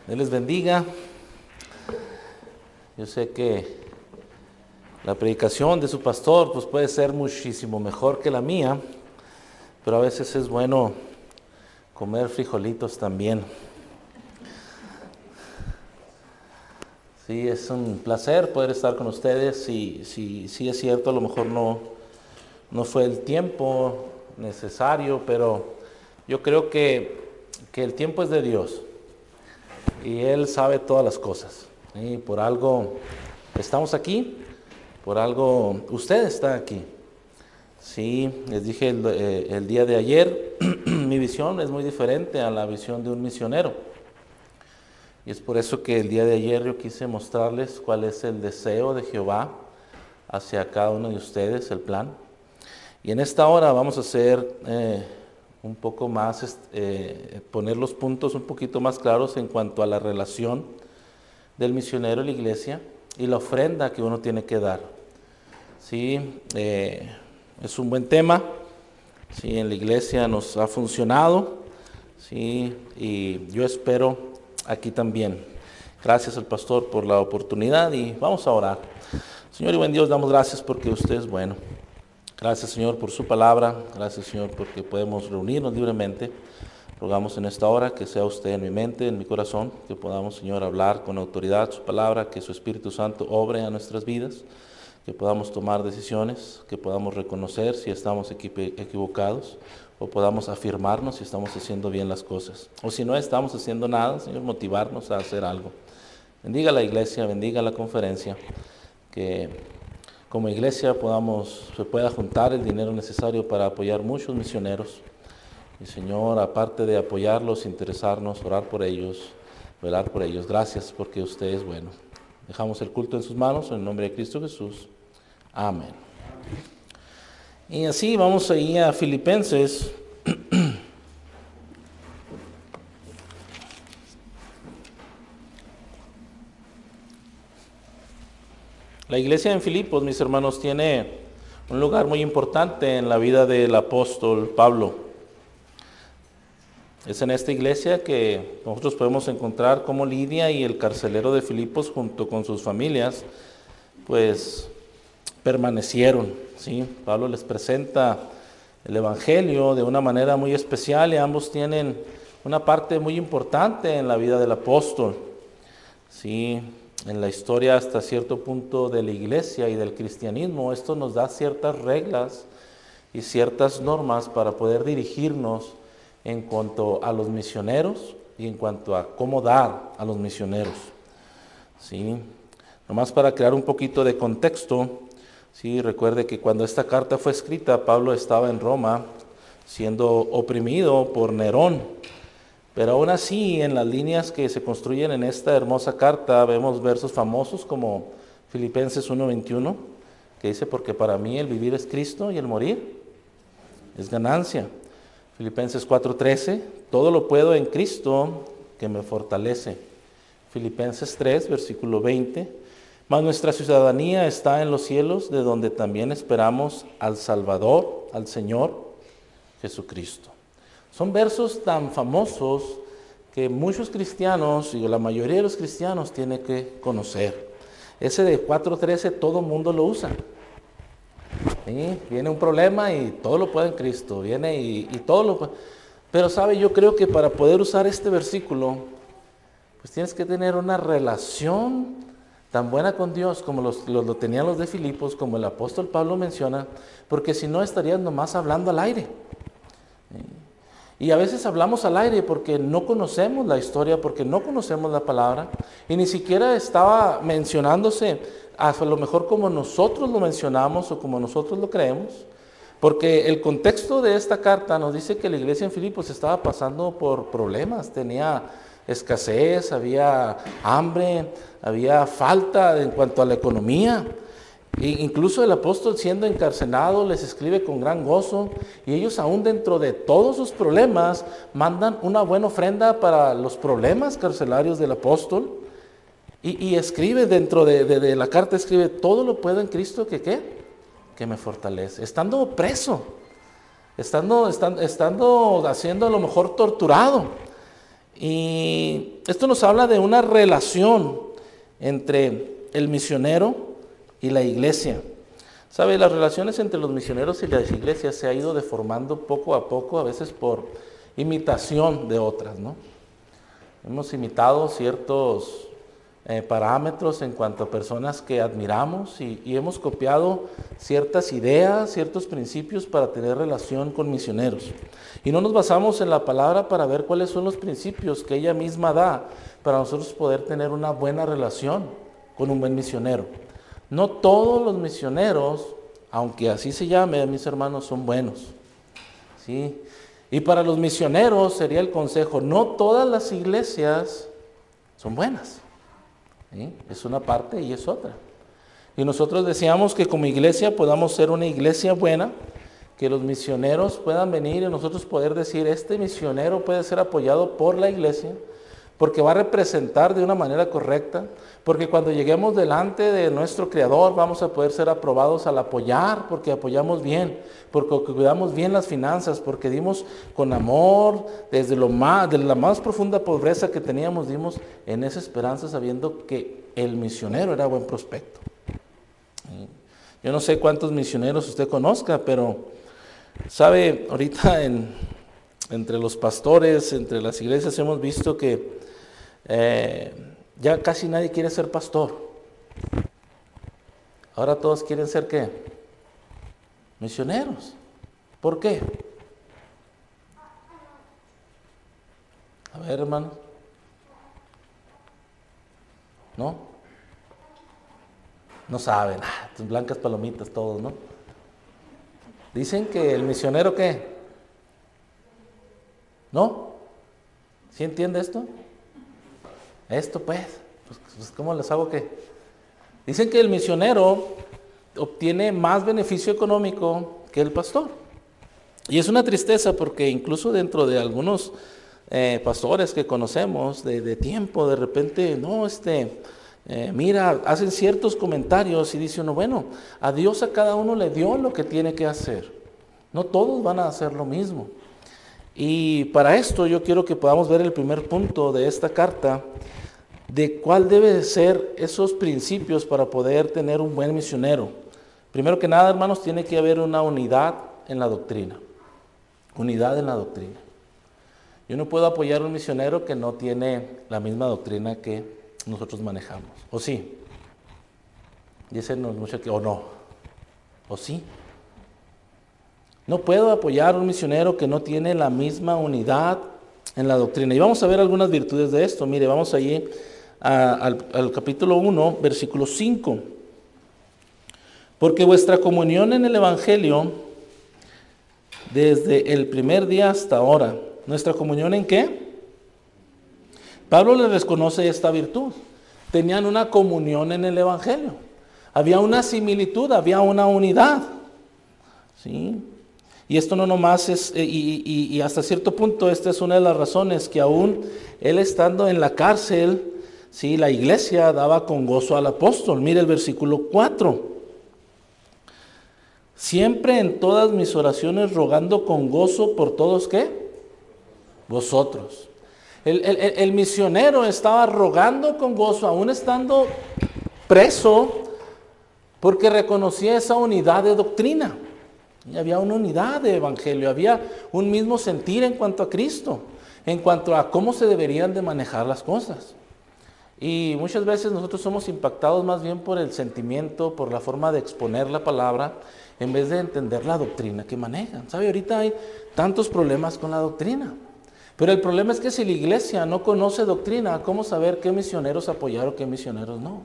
Dios les bendiga. Yo sé que la predicación de su pastor pues puede ser muchísimo mejor que la mía, pero a veces es bueno comer frijolitos también. Sí, es un placer poder estar con ustedes. Sí es cierto, a lo mejor no fue el tiempo necesario, pero yo creo que el tiempo es de Dios y Él sabe todas las cosas. Y por algo estamos aquí, por algo usted está aquí. Sí, les dije el día de ayer, mi visión es muy diferente a la visión de un misionero. Y es por eso que el día de ayer yo quise mostrarles cuál es el deseo de Jehová hacia cada uno de ustedes, el plan. Y en esta hora vamos a hacer un poco más, poner los puntos un poquito más claros en cuanto a la relación del misionero y la iglesia y la ofrenda que uno tiene que dar. Sí, es un buen tema. Sí, en la iglesia nos ha funcionado. Sí, y yo espero aquí también. Gracias al pastor por la oportunidad y vamos a orar. Señor y buen Dios, damos gracias porque usted es bueno. Gracias, Señor, por su palabra. Gracias, Señor, porque podemos reunirnos libremente. Rogamos en esta hora que sea usted en mi mente, en mi corazón, que podamos, Señor, hablar con autoridad su palabra, que su Espíritu Santo obre a nuestras vidas, que podamos tomar decisiones, que podamos reconocer si estamos equivocados o podamos afirmarnos si estamos haciendo bien las cosas. O si no estamos haciendo nada, Señor, motivarnos a hacer algo. Bendiga la iglesia, bendiga la conferencia, que como iglesia se pueda juntar el dinero necesario para apoyar muchos misioneros. Y Señor, aparte de apoyarlos, interesarnos, orar por ellos, velar por ellos. Gracias porque usted es bueno. Dejamos el culto en sus manos, en el nombre de Cristo Jesús. Amén. Y así vamos ahí a Filipenses. La iglesia en Filipos, mis hermanos, tiene un lugar muy importante en la vida del apóstol Pablo. Es en esta iglesia que nosotros podemos encontrar cómo Lidia y el carcelero de Filipos junto con sus familias pues permanecieron, ¿sí? Pablo les presenta el evangelio de una manera muy especial y ambos tienen una parte muy importante en la vida del apóstol, ¿sí? En la historia hasta cierto punto de la iglesia y del cristianismo, esto nos da ciertas reglas y ciertas normas para poder dirigirnos en cuanto a los misioneros y en cuanto a cómo dar a los misioneros. ¿Sí? Nomás para crear un poquito de contexto, ¿sí? Recuerde que cuando esta carta fue escrita, Pablo estaba en Roma siendo oprimido por Nerón. Pero aún así, en las líneas que se construyen en esta hermosa carta, vemos versos famosos como Filipenses 1:21, que dice, porque para mí el vivir es Cristo y el morir es ganancia. Filipenses 4:13, todo lo puedo en Cristo que me fortalece. Filipenses 3, versículo 20, mas nuestra ciudadanía está en los cielos, de donde también esperamos al Salvador, al Señor Jesucristo. Son versos tan famosos que muchos cristianos, y la mayoría de los cristianos, tiene que conocer. Ese de 4:13 todo el mundo lo usa. ¿Sí? Viene un problema y todo lo puede en Cristo, viene y todo lo puede. Pero sabe, yo creo que para poder usar este versículo, pues tienes que tener una relación tan buena con Dios como lo tenían los de Filipos, como el apóstol Pablo menciona, porque si no estarías nomás hablando al aire. ¿Sí? Y a veces hablamos al aire porque no conocemos la historia, porque no conocemos la palabra, y ni siquiera estaba mencionándose a lo mejor como nosotros lo mencionamos o como nosotros lo creemos, porque el contexto de esta carta nos dice que la iglesia en Filipos estaba pasando por problemas, tenía escasez, había hambre, había falta en cuanto a la economía. E incluso el apóstol, siendo encarcelado, les escribe con gran gozo, y ellos aún dentro de todos sus problemas mandan una buena ofrenda para los problemas carcelarios del apóstol, y escribe dentro de la carta, escribe, todo lo puedo en Cristo que me fortalece, estando preso, estando haciendo a lo mejor torturado. Y esto nos habla de una relación entre el misionero y la iglesia. ¿Sabe? Las relaciones entre los misioneros y las iglesias se ha ido deformando poco a poco, a veces por imitación de otras, ¿no? Hemos imitado ciertos parámetros en cuanto a personas que admiramos y hemos copiado ciertas ideas, ciertos principios para tener relación con misioneros. Y no nos basamos en la palabra para ver cuáles son los principios que ella misma da para nosotros poder tener una buena relación con un buen misionero. No todos los misioneros, aunque así se llame, mis hermanos, son buenos, ¿sí? Y para los misioneros sería el consejo, no todas las iglesias son buenas, ¿sí? Es una parte y es otra. Y nosotros deseamos que como iglesia podamos ser una iglesia buena, que los misioneros puedan venir y nosotros poder decir, este misionero puede ser apoyado por la iglesia, porque va a representar de una manera correcta, porque cuando lleguemos delante de nuestro Creador vamos a poder ser aprobados al apoyar, porque apoyamos bien, porque cuidamos bien las finanzas, porque dimos con amor, de la más profunda pobreza que teníamos, dimos en esa esperanza sabiendo que el misionero era buen prospecto. Yo no sé cuántos misioneros usted conozca, pero sabe, ahorita entre los pastores, entre las iglesias hemos visto que ya casi nadie quiere ser pastor. Ahora todos quieren ser ¿qué? Misioneros. ¿Por qué? A ver, hermanos. ¿No? No saben. Tus blancas palomitas todos, ¿no? Dicen que el misionero ¿qué? ¿No? ¿Sí entiende esto? Esto pues ¿cómo les hago qué? Dicen que el misionero obtiene más beneficio económico que el pastor. Y es una tristeza porque incluso dentro de algunos pastores que conocemos de tiempo, de repente, no, mira, hacen ciertos comentarios y dice uno, bueno, a Dios a cada uno le dio lo que tiene que hacer. No todos van a hacer lo mismo. Y para esto yo quiero que podamos ver el primer punto de esta carta, de cuál debe ser esos principios para poder tener un buen misionero. Primero que nada, hermanos, tiene que haber una unidad en la doctrina. Unidad en la doctrina. Yo no puedo apoyar a un misionero que no tiene la misma doctrina que nosotros manejamos. ¿O sí? Dicen mucho que, o no. ¿O sí? No puedo apoyar a un misionero que no tiene la misma unidad en la doctrina. Y vamos a ver algunas virtudes de esto. Mire, vamos allí al capítulo 1, versículo 5. Porque vuestra comunión en el Evangelio, desde el primer día hasta ahora, ¿nuestra comunión en qué? Pablo les reconoce esta virtud. Tenían una comunión en el Evangelio. Había una similitud, había una unidad. ¿Sí? Y esto no nomás es, y hasta cierto punto esta es una de las razones que aún él estando en la cárcel, sí, la iglesia daba con gozo al apóstol. Mire el versículo 4. Siempre en todas mis oraciones rogando con gozo por todos, ¿qué? Vosotros. El misionero estaba rogando con gozo, aún estando preso, porque reconocía esa unidad de doctrina. Y había una unidad de evangelio, había un mismo sentir en cuanto a Cristo, en cuanto a cómo se deberían de manejar las cosas. Y muchas veces nosotros somos impactados más bien por el sentimiento, por la forma de exponer la palabra, en vez de entender la doctrina que manejan. ¿Sabe? Ahorita hay tantos problemas con la doctrina. Pero el problema es que si la iglesia no conoce doctrina, ¿cómo saber qué misioneros apoyar o qué misioneros no?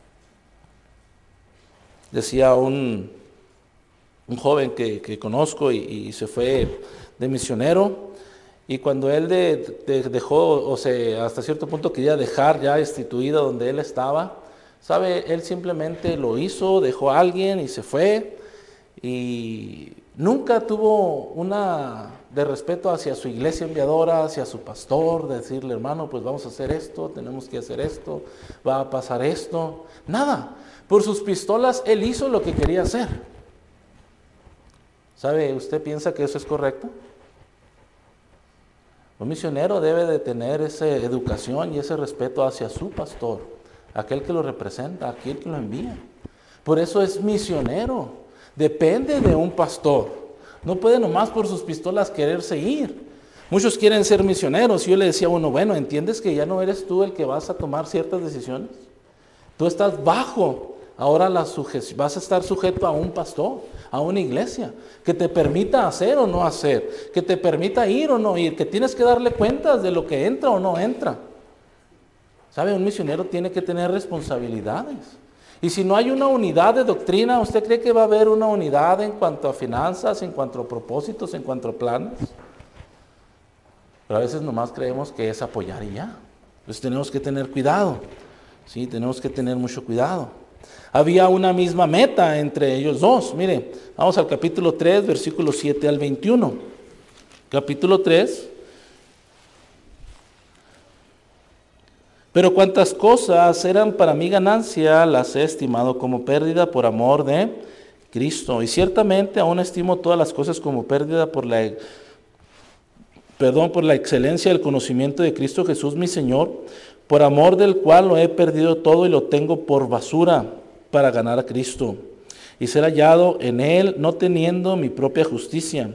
Decía un joven que conozco y se fue de misionero, y cuando él dejó, o sea, hasta cierto punto quería dejar ya instituida donde él estaba, ¿sabe? Él simplemente lo hizo, dejó a alguien y se fue, y nunca tuvo una de respeto hacia su iglesia enviadora, hacia su pastor, de decirle, hermano, pues vamos a hacer esto, tenemos que hacer esto, va a pasar esto, nada. Por sus pistolas él hizo lo que quería hacer. ¿Sabe? ¿Usted piensa que eso es correcto? Un misionero debe de tener esa educación y ese respeto hacia su pastor, aquel que lo representa, aquel que lo envía. Por eso es misionero. Depende de un pastor. No puede nomás por sus pistolas quererse ir. Muchos quieren ser misioneros y yo le decía a uno, bueno, ¿entiendes que ya no eres tú el que vas a tomar ciertas decisiones? Tú estás bajo, ahora vas a estar sujeto a un pastor, a una iglesia, que te permita hacer o no hacer, que te permita ir o no ir, que tienes que darle cuentas de lo que entra o no entra. ¿Sabe? Un misionero tiene que tener responsabilidades. Y si no hay una unidad de doctrina, ¿usted cree que va a haber una unidad en cuanto a finanzas, en cuanto a propósitos, en cuanto a planes? Pero a veces nomás creemos que es apoyar y ya. Entonces tenemos que tener cuidado. Sí, tenemos que tener mucho cuidado. Había una misma meta entre ellos dos. Mire, vamos al capítulo 3, versículos 7 al 21. Capítulo 3. Pero cuantas cosas eran para mi ganancia, las he estimado como pérdida por amor de Cristo. Y ciertamente aún estimo todas las cosas como pérdida por la excelencia del conocimiento de Cristo Jesús mi Señor, por amor del cual lo he perdido todo y lo tengo por basura para ganar a Cristo y ser hallado en Él, no teniendo mi propia justicia,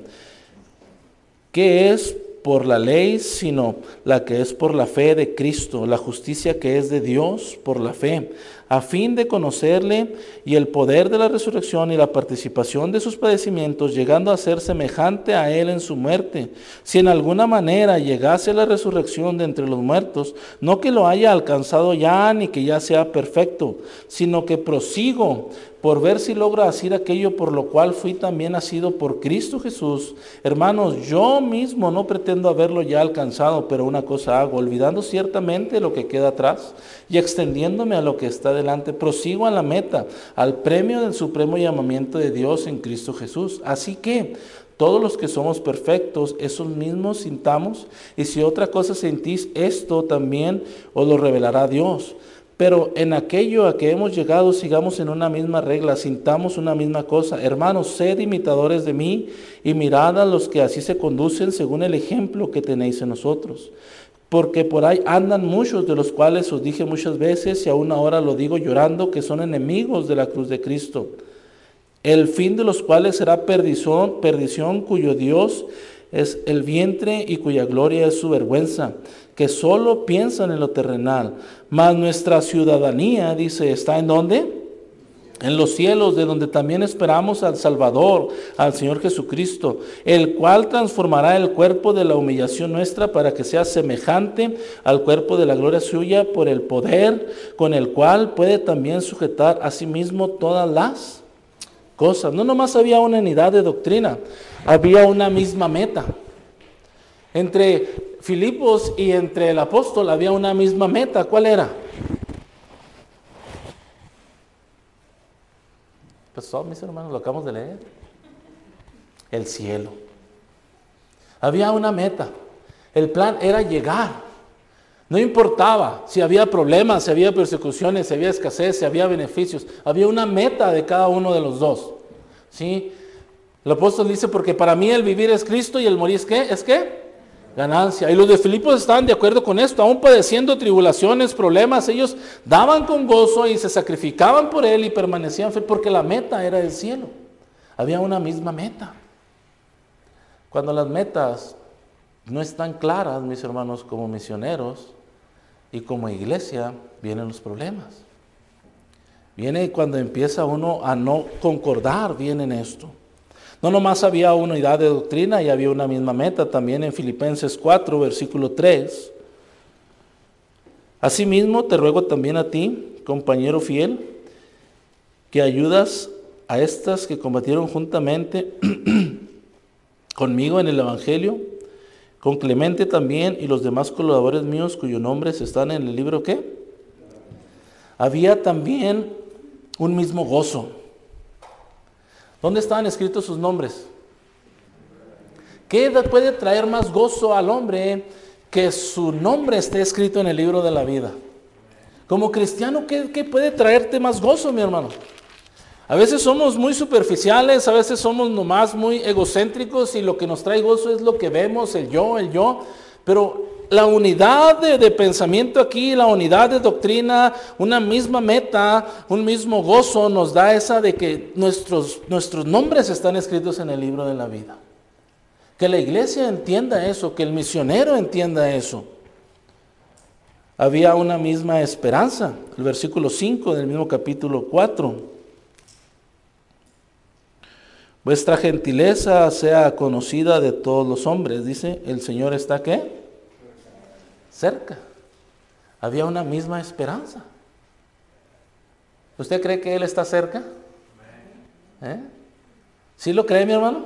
que es por la ley, sino la que es por la fe de Cristo, la justicia que es de Dios por la fe, a fin de conocerle y el poder de la resurrección y la participación de sus padecimientos, llegando a ser semejante a Él en su muerte, si en alguna manera llegase la resurrección de entre los muertos, no que lo haya alcanzado ya, ni que ya sea perfecto, sino que prosigo por ver si logro hacer aquello por lo cual fui también nacido por Cristo Jesús. Hermanos, yo mismo no pretendo haberlo ya alcanzado, pero una cosa hago, olvidando ciertamente lo que queda atrás y extendiéndome a lo que está delante, prosigo a la meta, al premio del supremo llamamiento de Dios en Cristo Jesús. Así que todos los que somos perfectos, esos mismos sintamos, y si otra cosa sentís, esto también os lo revelará Dios. Pero en aquello a que hemos llegado, sigamos en una misma regla, sintamos una misma cosa. Hermanos, sed imitadores de mí y mirad a los que así se conducen según el ejemplo que tenéis en nosotros. Porque por ahí andan muchos, de los cuales os dije muchas veces, y aún ahora lo digo llorando, que son enemigos de la cruz de Cristo. El fin de los cuales será perdición, cuyo Dios es el vientre y cuya gloria es su vergüenza, que solo piensan en lo terrenal. Mas nuestra ciudadanía, dice, ¿está en dónde? En los cielos, de donde también esperamos al Salvador, al Señor Jesucristo, el cual transformará el cuerpo de la humillación nuestra para que sea semejante al cuerpo de la gloria suya, por el poder con el cual puede también sujetar a sí mismo todas las cosas. No nomás había una unidad de doctrina, había una misma meta. Entre Filipos y entre el apóstol había una misma meta. ¿Cuál era? Pues mis hermanos, lo acabamos de leer. El cielo. Había una meta. El plan era llegar. No importaba si había problemas, si había persecuciones, si había escasez, si había beneficios. Había una meta de cada uno de los dos. ¿Sí? El apóstol dice, porque para mí el vivir es Cristo y el morir es ¿qué? ¿Es qué? Ganancia. Y los de Filipos estaban de acuerdo con esto, aún padeciendo tribulaciones, problemas, ellos daban con gozo y se sacrificaban por Él y permanecían fieles porque la meta era el cielo. Había una misma meta. Cuando las metas no están claras, mis hermanos, como misioneros y como iglesia, vienen los problemas. Viene cuando empieza uno a no concordar bien en esto. No nomás había unidad de doctrina y había una misma meta, también en Filipenses 4, versículo 3. Asimismo, te ruego también a ti, compañero fiel, que ayudas a estas que combatieron juntamente conmigo en el Evangelio, con Clemente también y los demás colaboradores míos cuyos nombres están en el libro ¿qué? Había también un mismo gozo. ¿Dónde estaban escritos sus nombres? ¿Qué puede traer más gozo al hombre que su nombre esté escrito en el libro de la vida? Como cristiano, ¿qué puede traerte más gozo, mi hermano? A veces somos muy superficiales, a veces somos nomás muy egocéntricos y lo que nos trae gozo es lo que vemos, el yo. Pero la unidad de pensamiento aquí, la unidad de doctrina, una misma meta, un mismo gozo nos da esa de que nuestros nombres están escritos en el libro de la vida. Que la iglesia entienda eso, que el misionero entienda eso. Había una misma esperanza. El versículo 5 del mismo capítulo 4. Vuestra gentileza sea conocida de todos los hombres. Dice, el Señor está ¿qué? Cerca. Había una misma esperanza. ¿Usted cree que Él está cerca? ¿Sí lo cree, mi hermano?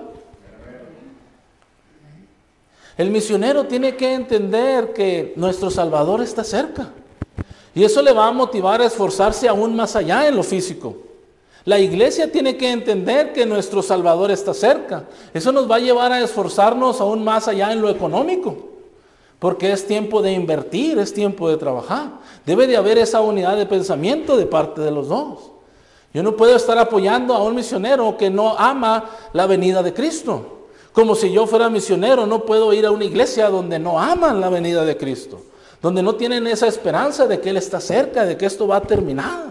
El misionero tiene que entender que nuestro Salvador está cerca. Y eso le va a motivar a esforzarse aún más allá en lo físico. La iglesia tiene que entender que nuestro Salvador está cerca. Eso nos va a llevar a esforzarnos aún más allá en lo económico. Porque es tiempo de invertir, es tiempo de trabajar. Debe de haber esa unidad de pensamiento de parte de los dos. Yo no puedo estar apoyando a un misionero que no ama la venida de Cristo. Como si yo fuera misionero, no puedo ir a una iglesia donde no aman la venida de Cristo. Donde no tienen esa esperanza de que Él está cerca, de que esto va a terminar.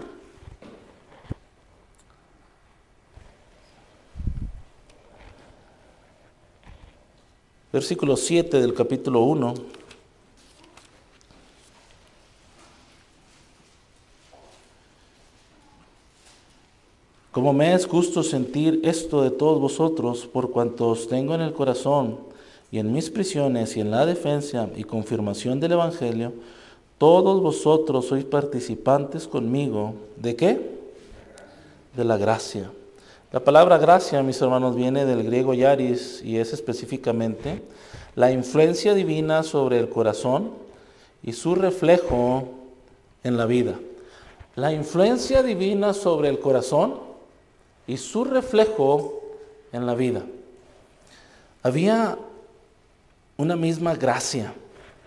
Versículo 7 del capítulo 1. Como me es justo sentir esto de todos vosotros, por cuanto os tengo en el corazón, y en mis prisiones, y en la defensa y confirmación del Evangelio, todos vosotros sois participantes conmigo. ¿De qué? De la gracia. La palabra gracia, mis hermanos, viene del griego yaris, y es específicamente la influencia divina sobre el corazón y su reflejo en la vida. La influencia divina sobre el corazón y su reflejo en la vida. Había una misma gracia.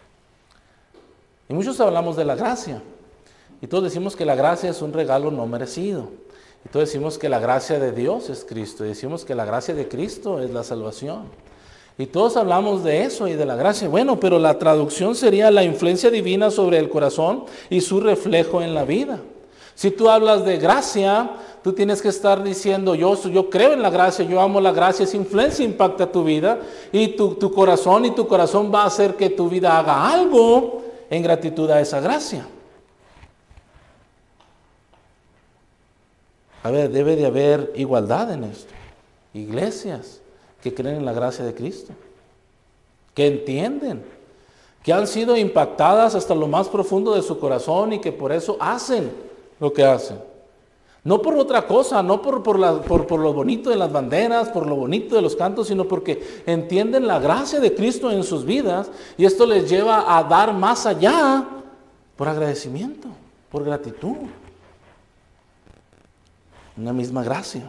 Y muchos hablamos de la gracia. Y todos decimos que la gracia es un regalo no merecido. Y todos decimos que la gracia de Dios es Cristo. Y decimos que la gracia de Cristo es la salvación. Y todos hablamos de eso y de la gracia. Bueno, pero la traducción sería la influencia divina sobre el corazón y su reflejo en la vida. Si tú hablas de gracia, tú tienes que estar diciendo, yo creo en la gracia, yo amo la gracia, esa influencia impacta tu vida y tu corazón va a hacer que tu vida haga algo en gratitud a esa gracia. A ver, debe de haber igualdad en esto. Iglesias que creen en la gracia de Cristo, que entienden, que han sido impactadas hasta lo más profundo de su corazón y que por eso hacen lo que hacen. No por otra cosa, no por lo bonito de las banderas, por lo bonito de los cantos, sino porque entienden la gracia de Cristo en sus vidas y esto les lleva a dar más allá por agradecimiento, por gratitud. Una misma gracia.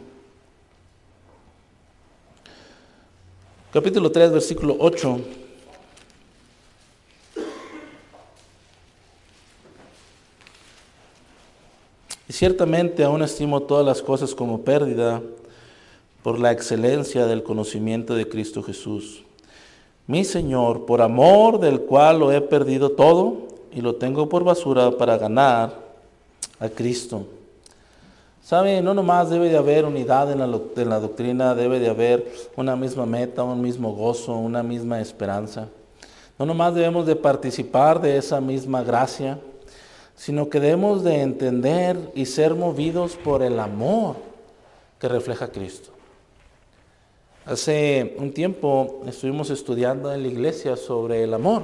Capítulo 3, versículo 8. Y ciertamente aún estimo todas las cosas como pérdida por la excelencia del conocimiento de Cristo Jesús, mi Señor, por amor del cual lo he perdido todo y lo tengo por basura para ganar a Cristo. ¿Sabe? No nomás debe de haber unidad en la doctrina, debe de haber una misma meta, un mismo gozo, una misma esperanza. No nomás debemos de participar de esa misma gracia, sino que debemos de entender y ser movidos por el amor que refleja Cristo. Hace un tiempo estuvimos estudiando en la iglesia sobre el amor.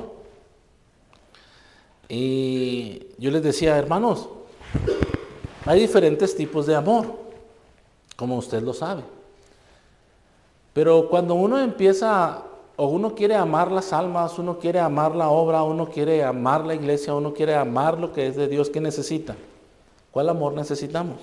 Y yo les decía, hermanos, hay diferentes tipos de amor, como usted lo sabe. Pero cuando uno empieza, o uno quiere amar las almas, uno quiere amar la obra, uno quiere amar la iglesia, uno quiere amar lo que es de Dios, ¿qué necesita? ¿Cuál amor necesitamos?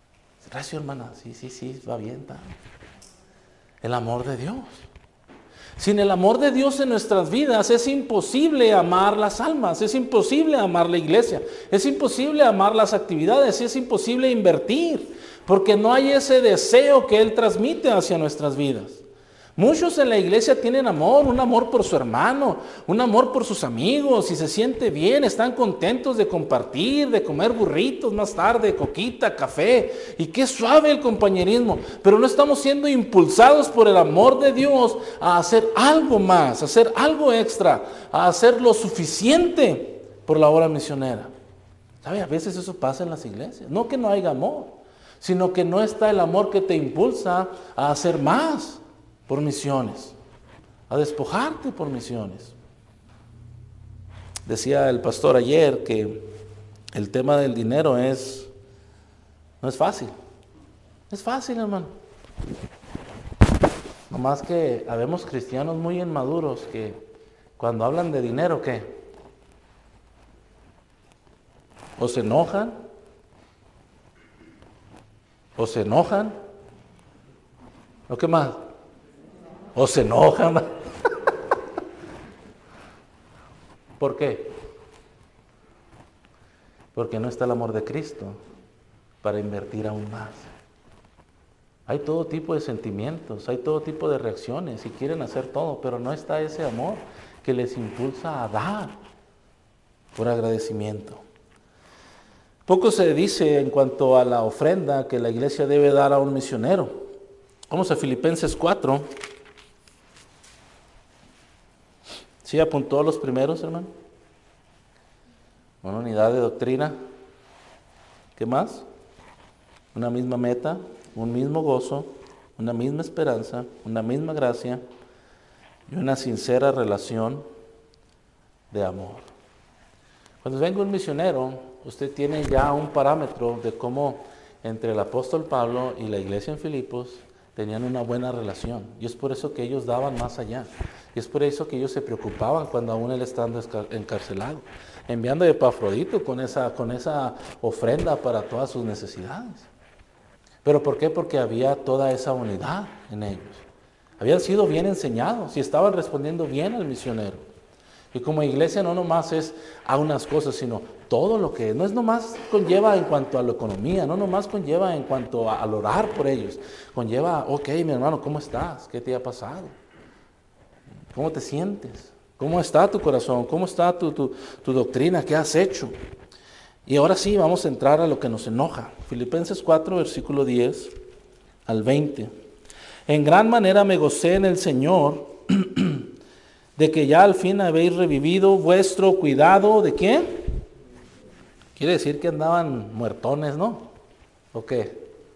Gracias, hermana. Sí, va bien. El amor de Dios. Sin el amor de Dios en nuestras vidas es imposible amar las almas, es imposible amar la iglesia, es imposible amar las actividades, es imposible invertir, porque no hay ese deseo que Él transmite hacia nuestras vidas. Muchos en la iglesia tienen amor, un amor por su hermano, un amor por sus amigos, y se siente bien, están contentos de compartir, de comer burritos más tarde, coquita, café, y qué suave el compañerismo, pero no estamos siendo impulsados por el amor de Dios a hacer algo más, a hacer algo extra, a hacer lo suficiente por la obra misionera. ¿Sabe? A veces eso pasa en las iglesias, no que no haya amor, sino que no está el amor que te impulsa a hacer más por misiones, a despojarte por misiones. Decía el pastor ayer que el tema del dinero no es fácil. Es fácil, hermano. Nomás que habemos cristianos muy inmaduros que cuando hablan de dinero, ¿qué? O se enojan, ¿o qué más? O se enojan. ¿Por qué? Porque no está el amor de Cristo para invertir aún más. Hay todo tipo de sentimientos, hay todo tipo de reacciones y quieren hacer todo, pero no está ese amor que les impulsa a dar por agradecimiento. Poco se dice en cuanto a la ofrenda que la iglesia debe dar a un misionero. Vamos a Filipenses 4. ¿Sí apuntó a los primeros, hermano? Una unidad de doctrina. ¿Qué más? Una misma meta, un mismo gozo, una misma esperanza, una misma gracia y una sincera relación de amor. Cuando venga un misionero, usted tiene ya un parámetro de cómo entre el apóstol Pablo y la iglesia en Filipos tenían una buena relación. Y es por eso que ellos daban más allá. Y es por eso que ellos se preocupaban cuando aún él estando encarcelado, enviando a Epafrodito con esa ofrenda para todas sus necesidades. ¿Pero por qué? Porque había toda esa unidad en ellos. Habían sido bien enseñados y estaban respondiendo bien al misionero. Y como iglesia no nomás es a unas cosas, sino todo lo que no es nomás conlleva en cuanto a la economía, no nomás conlleva en cuanto al orar por ellos. Conlleva, ok, mi hermano, ¿cómo estás? ¿Qué te ha pasado? ¿Cómo te sientes? ¿Cómo está tu corazón? ¿Cómo está tu doctrina? ¿Qué has hecho? Y ahora sí, vamos a entrar a lo que nos enoja. Filipenses 4, versículo 10 al 20. En gran manera me gocé en el Señor de que ya al fin habéis revivido vuestro cuidado. ¿De quién? Quiere decir que andaban muertones, ¿no? ¿O qué?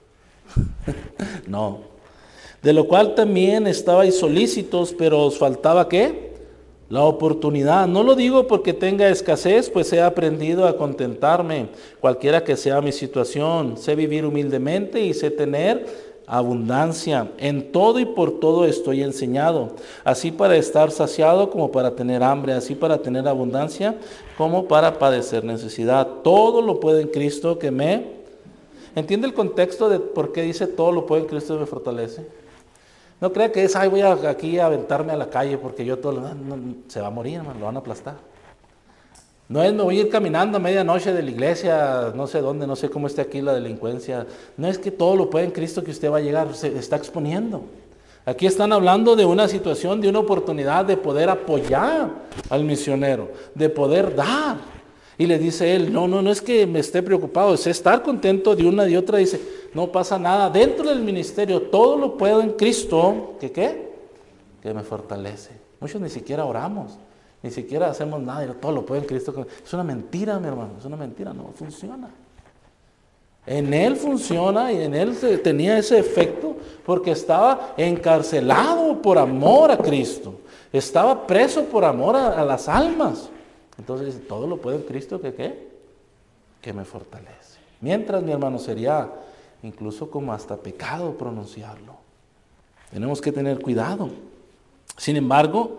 No. De lo cual también estabais solícitos, pero os faltaba ¿qué? La oportunidad. No lo digo porque tenga escasez, pues he aprendido a contentarme, cualquiera que sea mi situación. Sé vivir humildemente y sé tener abundancia. En todo y por todo estoy enseñado, así para estar saciado como para tener hambre, así para tener abundancia como para padecer necesidad. Todo lo puedo en Cristo que me... ¿Entiende el contexto de por qué dice todo lo puedo en Cristo que me fortalece? No crea que es, ay, voy aquí a aventarme a la calle porque yo todo... No, se va a morir, hermano, lo van a aplastar. No es, me voy a ir caminando a medianoche de la iglesia, no sé dónde, no sé cómo esté aquí la delincuencia. No es que todo lo puede en Cristo que usted va a llegar, se está exponiendo. Aquí están hablando de una situación, de una oportunidad de poder apoyar al misionero, de poder dar. Y le dice él, no es que me esté preocupado, es estar contento de una y otra. Dice, no pasa nada, dentro del ministerio todo lo puedo en Cristo, ¿que qué? Que me fortalece. Muchos ni siquiera oramos. Ni siquiera hacemos nada, todo lo puede en Cristo. Es una mentira, mi hermano, es una mentira, no funciona. En él funciona y en él tenía ese efecto porque estaba encarcelado por amor a Cristo. Estaba preso por amor a las almas. Entonces, todo lo puede en Cristo que ¿qué? Que me fortalece. Mientras, mi hermano, sería incluso como hasta pecado pronunciarlo. Tenemos que tener cuidado. Sin embargo,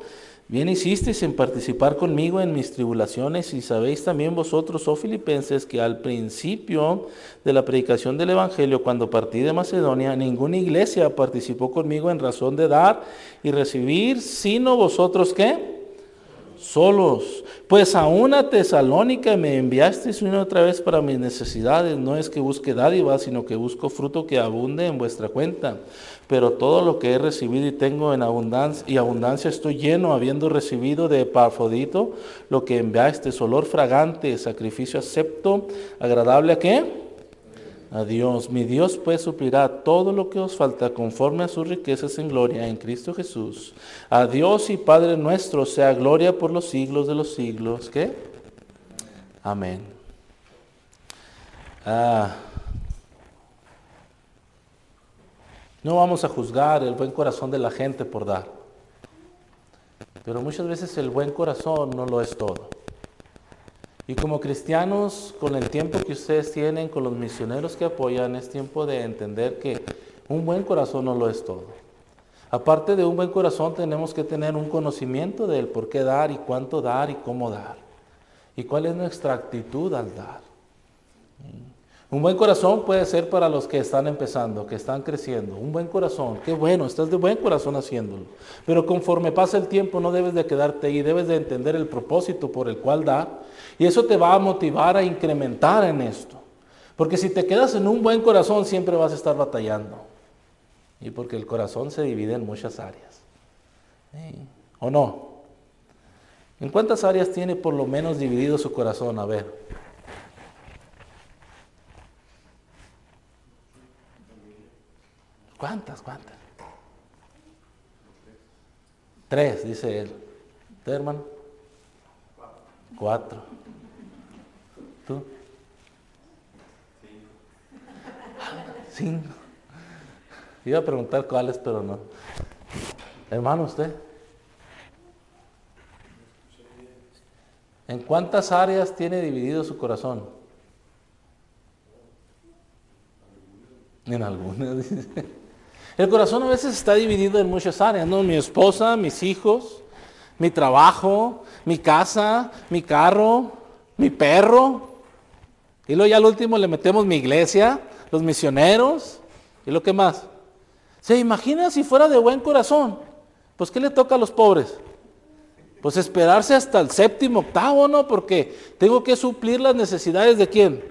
Bien hicisteis en participar conmigo en mis tribulaciones, y sabéis también vosotros, oh Filipenses, que al principio de la predicación del Evangelio, cuando partí de Macedonia, ninguna iglesia participó conmigo en razón de dar y recibir, sino vosotros, ¿qué? Solos. Pues a una Tesalónica me enviasteis una y otra vez para mis necesidades. No es que busque dádivas, sino que busco fruto que abunde en vuestra cuenta. Pero todo lo que he recibido y tengo en abundancia estoy lleno, habiendo recibido de Epafrodito lo que enviasteis, olor fragante, sacrificio acepto, agradable ¿a qué? A Dios. Mi Dios pues suplirá todo lo que os falta conforme a sus riquezas en gloria en Cristo Jesús. A Dios y Padre nuestro sea gloria por los siglos de los siglos. ¿Qué? Amén. No vamos a juzgar el buen corazón de la gente por dar, pero muchas veces el buen corazón no lo es todo. Y como cristianos, con el tiempo que ustedes tienen, con los misioneros que apoyan, es tiempo de entender que un buen corazón no lo es todo. Aparte de un buen corazón, tenemos que tener un conocimiento del por qué dar y cuánto dar y cómo dar. Y cuál es nuestra actitud al dar. Un buen corazón puede ser para los que están empezando, que están creciendo. Un buen corazón, qué bueno, estás de buen corazón haciéndolo. Pero conforme pasa el tiempo no debes de quedarte ahí, debes de entender el propósito por el cual dar. Y eso te va a motivar a incrementar en esto. Porque si te quedas en un buen corazón siempre vas a estar batallando. Y porque el corazón se divide en muchas áreas. ¿Sí? ¿O no? ¿En cuántas áreas tiene por lo menos dividido su corazón? A ver. ¿Cuántas? 3, dice él. ¿Usted, hermano? 4. ¿Tú? 5. Iba a preguntar cuáles, pero no. Hermano, ¿usted? ¿En cuántas áreas tiene dividido su corazón? En algunas, dice. El corazón a veces está dividido en muchas áreas, ¿no? Mi esposa, mis hijos, mi trabajo, mi casa, mi carro, mi perro. Y luego ya al último le metemos mi iglesia, los misioneros. ¿Y lo que más? ¿Se imagina si fuera de buen corazón? Pues ¿qué le toca a los pobres? Pues esperarse hasta el 7º, 8º, ¿no? Porque tengo que suplir las necesidades de ¿quién?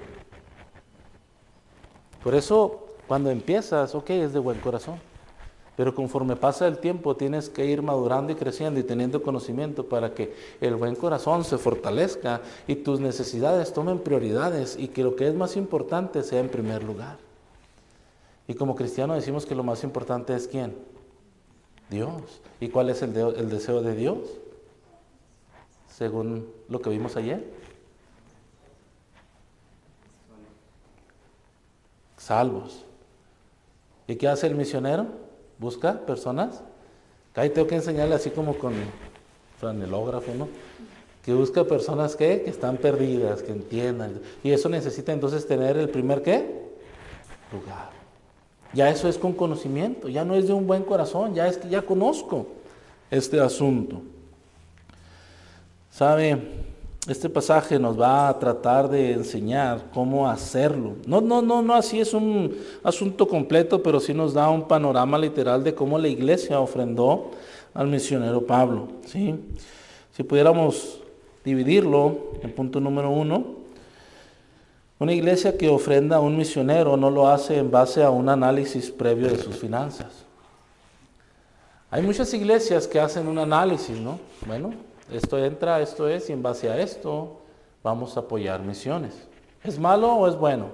Por eso cuando empiezas, ok, es de buen corazón. Pero conforme pasa el tiempo tienes que ir madurando y creciendo y teniendo conocimiento para que el buen corazón se fortalezca y tus necesidades tomen prioridades y que lo que es más importante sea en primer lugar. Y como cristianos decimos que lo más importante es ¿quién? Dios. ¿Y cuál es el deseo de Dios? Según lo que vimos ayer. Salvos. ¿Y qué hace el misionero? Busca personas. Ahí tengo que enseñarle así como con franelógrafo, ¿no? Que busca personas que están perdidas, que entiendan. Y eso necesita entonces tener el primer ¿qué? Lugar. Ya eso es con conocimiento, ya no es de un buen corazón, ya es que ya conozco este asunto. ¿Sabe? Este pasaje nos va a tratar de enseñar cómo hacerlo. No así es un asunto completo, pero sí nos da un panorama literal de cómo la iglesia ofrendó al misionero Pablo, ¿sí? Si pudiéramos dividirlo en punto número 1, una iglesia que ofrenda a un misionero no lo hace en base a un análisis previo de sus finanzas. Hay muchas iglesias que hacen un análisis, ¿no? Bueno, esto entra, esto es, y en base a esto vamos a apoyar misiones. ¿Es malo o es bueno?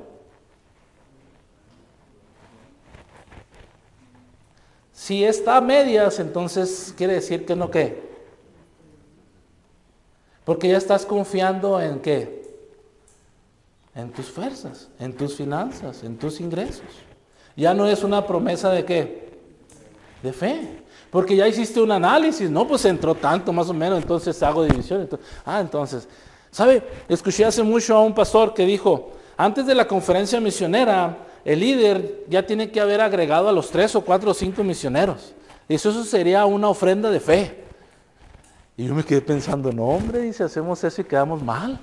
Si está a medias, entonces quiere decir que no, ¿qué? Porque ya estás confiando en ¿qué? En tus fuerzas, en tus finanzas, en tus ingresos. Ya no es una promesa de ¿qué? De fe. Porque ya hiciste un análisis, no, pues entró tanto más o menos, entonces hago división. Entonces, ¿sabe? Escuché hace mucho a un pastor que dijo, antes de la conferencia misionera, el líder ya tiene que haber agregado a los 3 o 4 o 5 misioneros. Y eso sería una ofrenda de fe. Y yo me quedé pensando, no hombre, dice, hacemos eso y quedamos mal.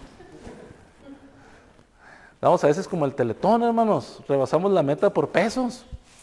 Vamos a veces como el Teletón, hermanos, rebasamos la meta por pesos.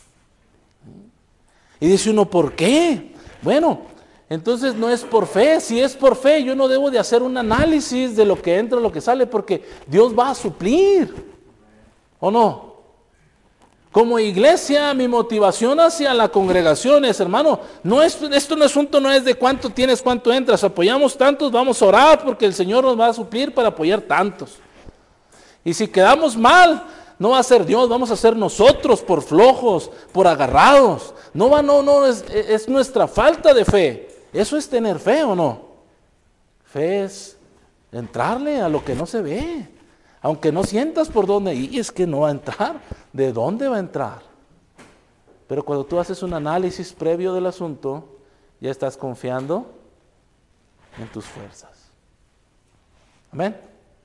Y dice uno, ¿por qué? Bueno, entonces no es por fe. Si es por fe, yo no debo de hacer un análisis de lo que entra, lo que sale, porque Dios va a suplir. ¿O no? Como iglesia, mi motivación hacia la congregación es, hermano, esto no es asunto, no es de cuánto tienes, cuánto entras. Apoyamos tantos, vamos a orar porque el Señor nos va a suplir para apoyar tantos. Y si quedamos mal, no va a ser Dios, vamos a ser nosotros por flojos, por agarrados. No, es nuestra falta de fe. ¿Eso es tener fe o no? Fe es entrarle a lo que no se ve. Aunque no sientas por dónde, y es que no va a entrar. ¿De dónde va a entrar? Pero cuando tú haces un análisis previo del asunto, ya estás confiando en tus fuerzas. Amén.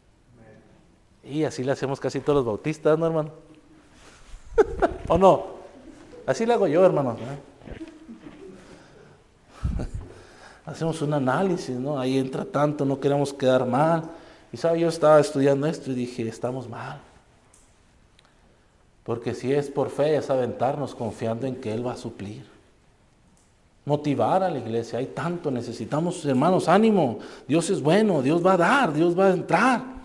Y así le hacemos casi todos los bautistas, ¿no, hermano? ¿O no? Así le hago yo, hermano. Hacemos un análisis, ¿no? Ahí entra tanto, no queremos quedar mal. Y sabe, yo estaba estudiando esto y dije, estamos mal. Porque si es por fe, es aventarnos confiando en que Él va a suplir. Motivar a la iglesia, hay tanto, necesitamos, hermanos, ánimo. Dios es bueno, Dios va a dar, Dios va a entrar.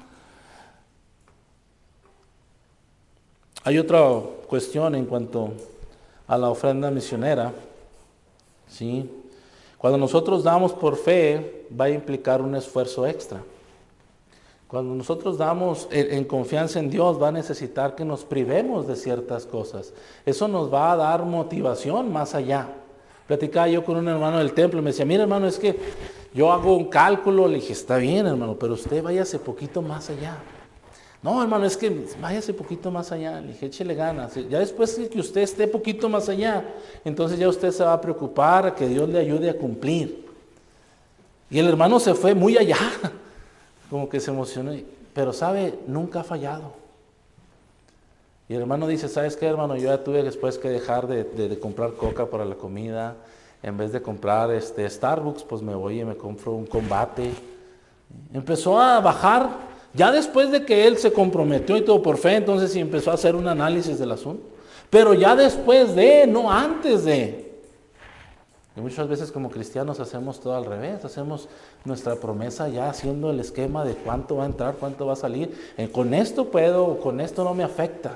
Hay otra cuestión en cuanto a la ofrenda misionera, ¿sí? Cuando nosotros damos por fe, va a implicar un esfuerzo extra. Cuando nosotros damos en confianza en Dios, va a necesitar que nos privemos de ciertas cosas. Eso nos va a dar motivación más allá. Platicaba yo con un hermano del templo y me decía, mira hermano, es que yo hago un cálculo. Le dije, está bien hermano, pero usted váyase poquito más allá. No, hermano, es que váyase poquito más allá. Le dije, échele ganas. Ya después que usted esté poquito más allá, entonces ya usted se va a preocupar a que Dios le ayude a cumplir. Y el hermano se fue muy allá, como que se emocionó. Pero sabe, nunca ha fallado. Y el hermano dice, ¿sabes qué, hermano? Yo ya tuve después que dejar de comprar coca para la comida. En vez de comprar Starbucks, pues me voy y me compro un Combate. Empezó a bajar. Ya después de que él se comprometió y todo por fe, entonces sí empezó a hacer un análisis del asunto. Pero ya después de, no antes de. Y muchas veces como cristianos hacemos todo al revés. Hacemos nuestra promesa ya haciendo el esquema de cuánto va a entrar, cuánto va a salir. Con esto puedo, con esto no me afecta.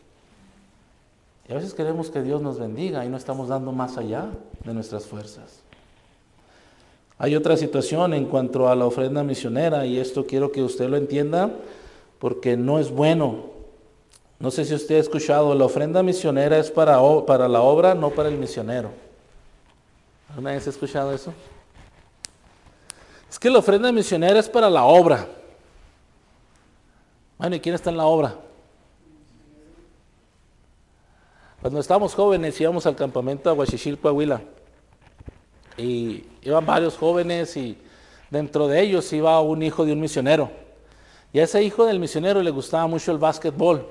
Y a veces queremos que Dios nos bendiga y no estamos dando más allá de nuestras fuerzas. Hay otra situación en cuanto a la ofrenda misionera, y esto quiero que usted lo entienda porque no es bueno. No sé si usted ha escuchado, la ofrenda misionera es para la obra, no para el misionero. ¿Alguna vez ha escuchado eso? Es que la ofrenda misionera es para la obra. Bueno, ¿y quién está en la obra? Cuando estábamos jóvenes íbamos al campamento a Huachichil, Coahuila. Y iban varios jóvenes y dentro de ellos iba un hijo de un misionero. Y a ese hijo del misionero le gustaba mucho el básquetbol.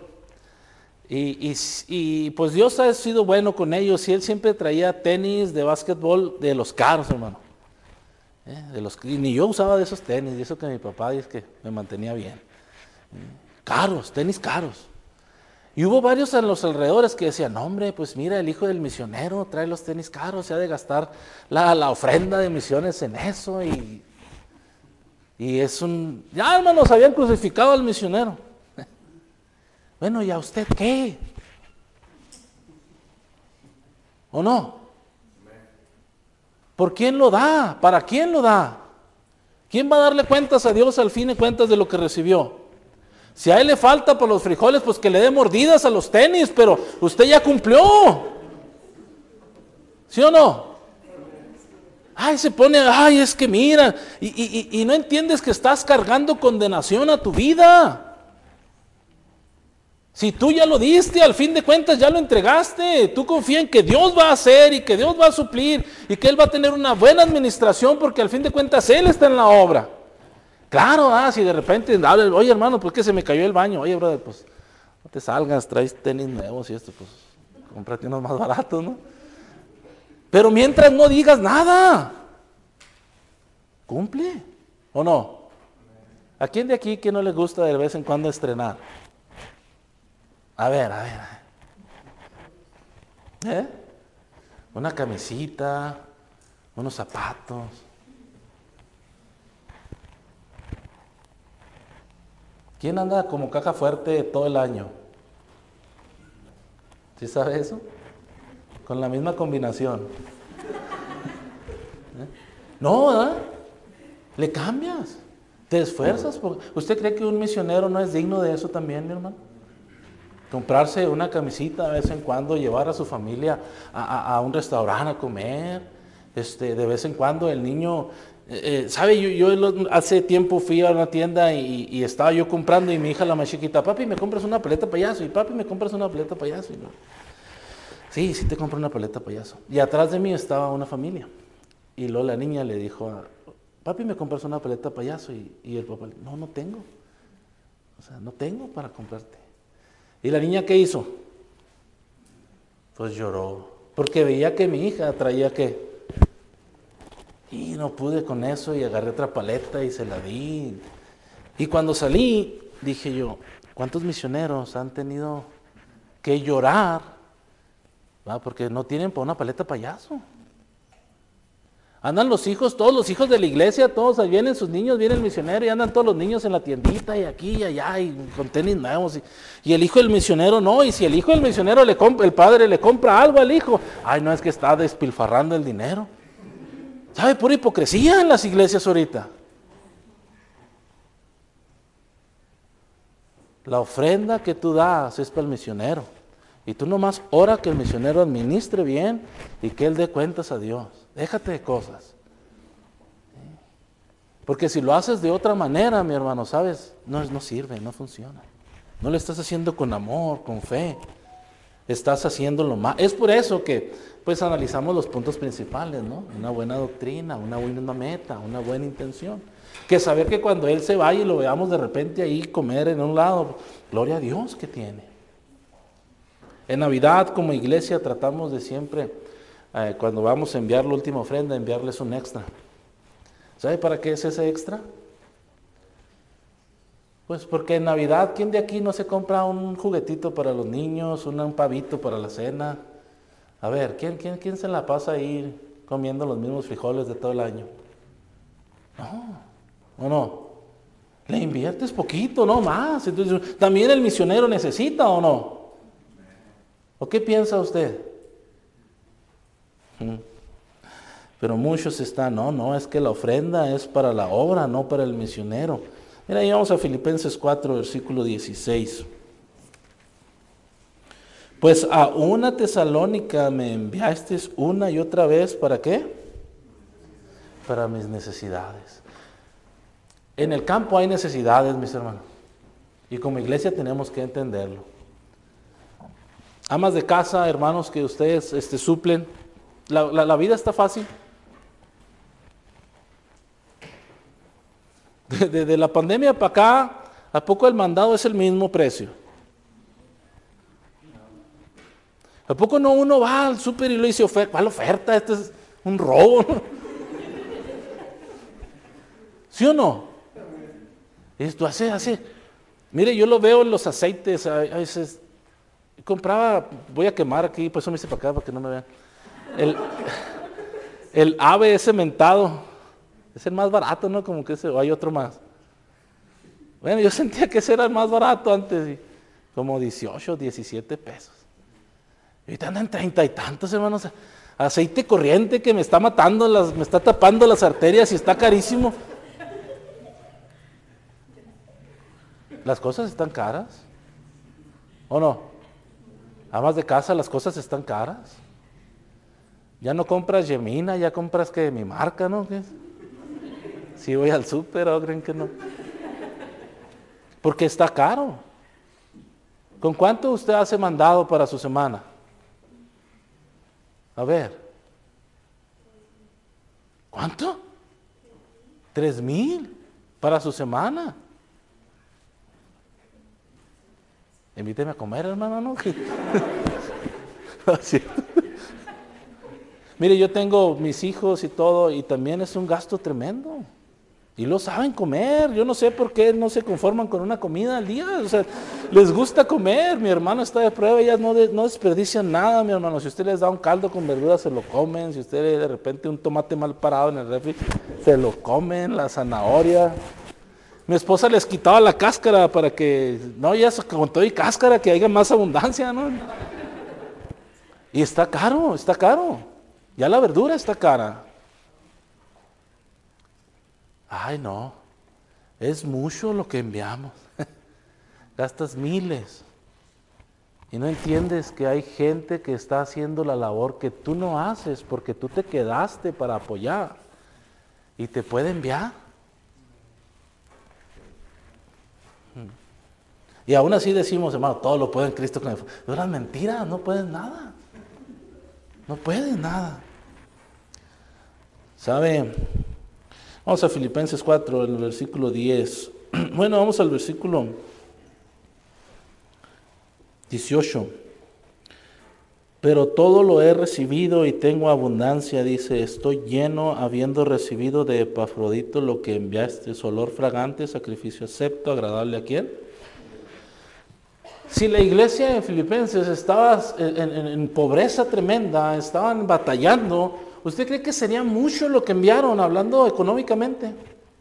Y pues Dios ha sido bueno con ellos y él siempre traía tenis de básquetbol de los caros, hermano. Y ni yo usaba de esos tenis, y eso que mi papá dice que me mantenía bien. Caros, tenis caros. Y hubo varios en los alrededores que decían, no hombre, pues mira, el hijo del misionero trae los tenis caros, se ha de gastar la ofrenda de misiones en eso. Y es ya hermanos, habían crucificado al misionero. Bueno, ¿y a usted qué? ¿O no? ¿Por quién lo da? ¿Para quién lo da? ¿Quién va a darle cuentas a Dios al fin de cuentas de lo que recibió? Si a él le falta por los frijoles, pues que le dé mordidas a los tenis, pero usted ya cumplió. ¿Sí o no? Ay, se pone, ay, es que mira, y no entiendes que estás cargando condenación a tu vida. Si tú ya lo diste, al fin de cuentas ya lo entregaste. Tú confía en que Dios va a hacer y que Dios va a suplir y que Él va a tener una buena administración porque al fin de cuentas Él está en la obra. Claro, si de repente, oye hermano, pues que se me cayó el baño. Oye, brother, pues no te salgas, traes tenis nuevos y esto, pues cómprate unos más baratos, ¿no? Pero mientras no digas nada. Cumple, ¿o no? ¿A quién de aquí que no le gusta de vez en cuando estrenar? A ver, a ver. ¿Eh? Una camisita, unos zapatos. ¿Quién anda como caja fuerte todo el año? ¿Sí sabe eso? Con la misma combinación. ¿Eh? No, ¿verdad? Le cambias, te esfuerzas. ¿Usted cree que un misionero no es digno de eso también, mi hermano? Comprarse una camisita de vez en cuando, llevar a su familia a un restaurante a comer, de vez en cuando el niño, ¿sabe? Hace tiempo fui a una tienda y estaba yo comprando y mi hija la más chiquita, papi, ¿me compras una paleta payaso? Y papi, ¿me compras una paleta payaso? Y no. Sí, sí te compro una paleta payaso. Y atrás de mí estaba una familia. Y luego la niña le dijo, papi, ¿me compras una paleta payaso? Y el papá le dijo, no, no tengo. O sea, no tengo para comprarte. ¿Y la niña qué hizo? Pues lloró, porque veía que mi hija traía qué. Y no pude con eso y agarré otra paleta y se la di. Y cuando salí, dije yo, ¿cuántos misioneros han tenido que llorar? ¿Va? Porque no tienen para una paleta payaso. Andan los hijos, todos los hijos de la iglesia, todos ahí vienen sus niños, viene el misionero y andan todos los niños en la tiendita y aquí y allá y con tenis nuevos. Y el hijo del misionero no, y si el hijo del misionero el padre le compra algo al hijo, ay, no, es que está despilfarrando el dinero. ¿Sabe? Pura hipocresía en las iglesias ahorita. La ofrenda que tú das es para el misionero. Y tú nomás ora que el misionero administre bien y que él dé cuentas a Dios. Déjate de cosas. Porque si lo haces de otra manera, mi hermano, ¿sabes? No sirve, no funciona. No lo estás haciendo con amor, con fe. Estás haciéndolo mal. Es por eso que pues analizamos los puntos principales, ¿no? Una buena doctrina, una buena meta, una buena intención. Que saber que cuando Él se vaya y lo veamos de repente ahí comer en un lado, gloria a Dios que tiene. En Navidad como iglesia tratamos de siempre, cuando vamos a enviar la última ofrenda, enviarles un extra. ¿Sabe para qué es ese extra? Pues porque en Navidad, ¿quién de aquí no se compra un juguetito para los niños, un pavito para la cena? A ver, ¿quién se la pasa ahí comiendo los mismos frijoles de todo el año? No, ¿o no? Le inviertes poquito, no más. Entonces, ¿también el misionero necesita o no? ¿O qué piensa usted? Pero muchos están, no, es que la ofrenda es para la obra, no para el misionero. Mira, ahí vamos a Filipenses 4, versículo 16. Pues a una Tesalónica me enviaste una y otra vez, ¿para qué? Para mis necesidades. En el campo hay necesidades, mis hermanos. Y como iglesia tenemos que entenderlo. Amas de casa, hermanos, que ustedes suplen. La vida está fácil. De la pandemia para acá, ¿a poco el mandado es el mismo precio? ¿A poco no uno va al súper y le dice oferta? ¿Cuál oferta? Este es un robo. ¿Sí o no? Esto hace. Mire, yo lo veo en los aceites. A veces compraba, voy a quemar aquí, por eso me hice para acá, para que no me vean. El ave ese mentado, es el más barato, ¿no? Como que ese, o hay otro más. Bueno, yo sentía que ese era el más barato antes, como 18, 17 pesos. Y ahorita andan 30 y tantos, hermanos. Aceite corriente que me está matando, me está tapando las arterias y está carísimo. Las cosas están caras. ¿O no? Amas de casa, las cosas están caras. Ya no compras Yemina, ya compras que mi marca, ¿no? ¿Qué es? Si voy al súper, ¿o creen que no? Porque está caro. ¿Con cuánto usted hace mandado para su semana? A ver. ¿Cuánto? 3,000 para su semana. Invíteme a comer, hermano, ¿no? Mire, yo tengo mis hijos y todo, y también es un gasto tremendo. Y lo saben comer. Yo no sé por qué no se conforman con una comida al día. O sea, les gusta comer. Mi hermano está de prueba, ellas no desperdician nada, mi hermano. Si usted les da un caldo con verduras, se lo comen. Si usted de repente un tomate mal parado en el refri, se lo comen, la zanahoria. Mi esposa les quitaba la cáscara para que, no, ya con todo y cáscara, que haya más abundancia, ¿no? Y está caro, está caro. Ya la verdura está cara. Ay, no, es mucho lo que enviamos. Gastas miles. Y no entiendes que hay gente que está haciendo la labor que tú no haces porque tú te quedaste para apoyar. Y te puede enviar. Y aún así decimos, hermano, todo lo puede en Cristo. Pero es mentira, no puedes nada. No puedes nada. ¿Sabe? Vamos a Filipenses 4, el versículo 10. Bueno, vamos al versículo 18. Pero todo lo he recibido y tengo abundancia, dice, estoy lleno habiendo recibido de Epafrodito lo que enviaste, es olor fragante, sacrificio acepto, agradable a quién. Si la iglesia de Filipenses estaba en pobreza tremenda, estaban batallando, ¿usted cree que sería mucho lo que enviaron hablando económicamente?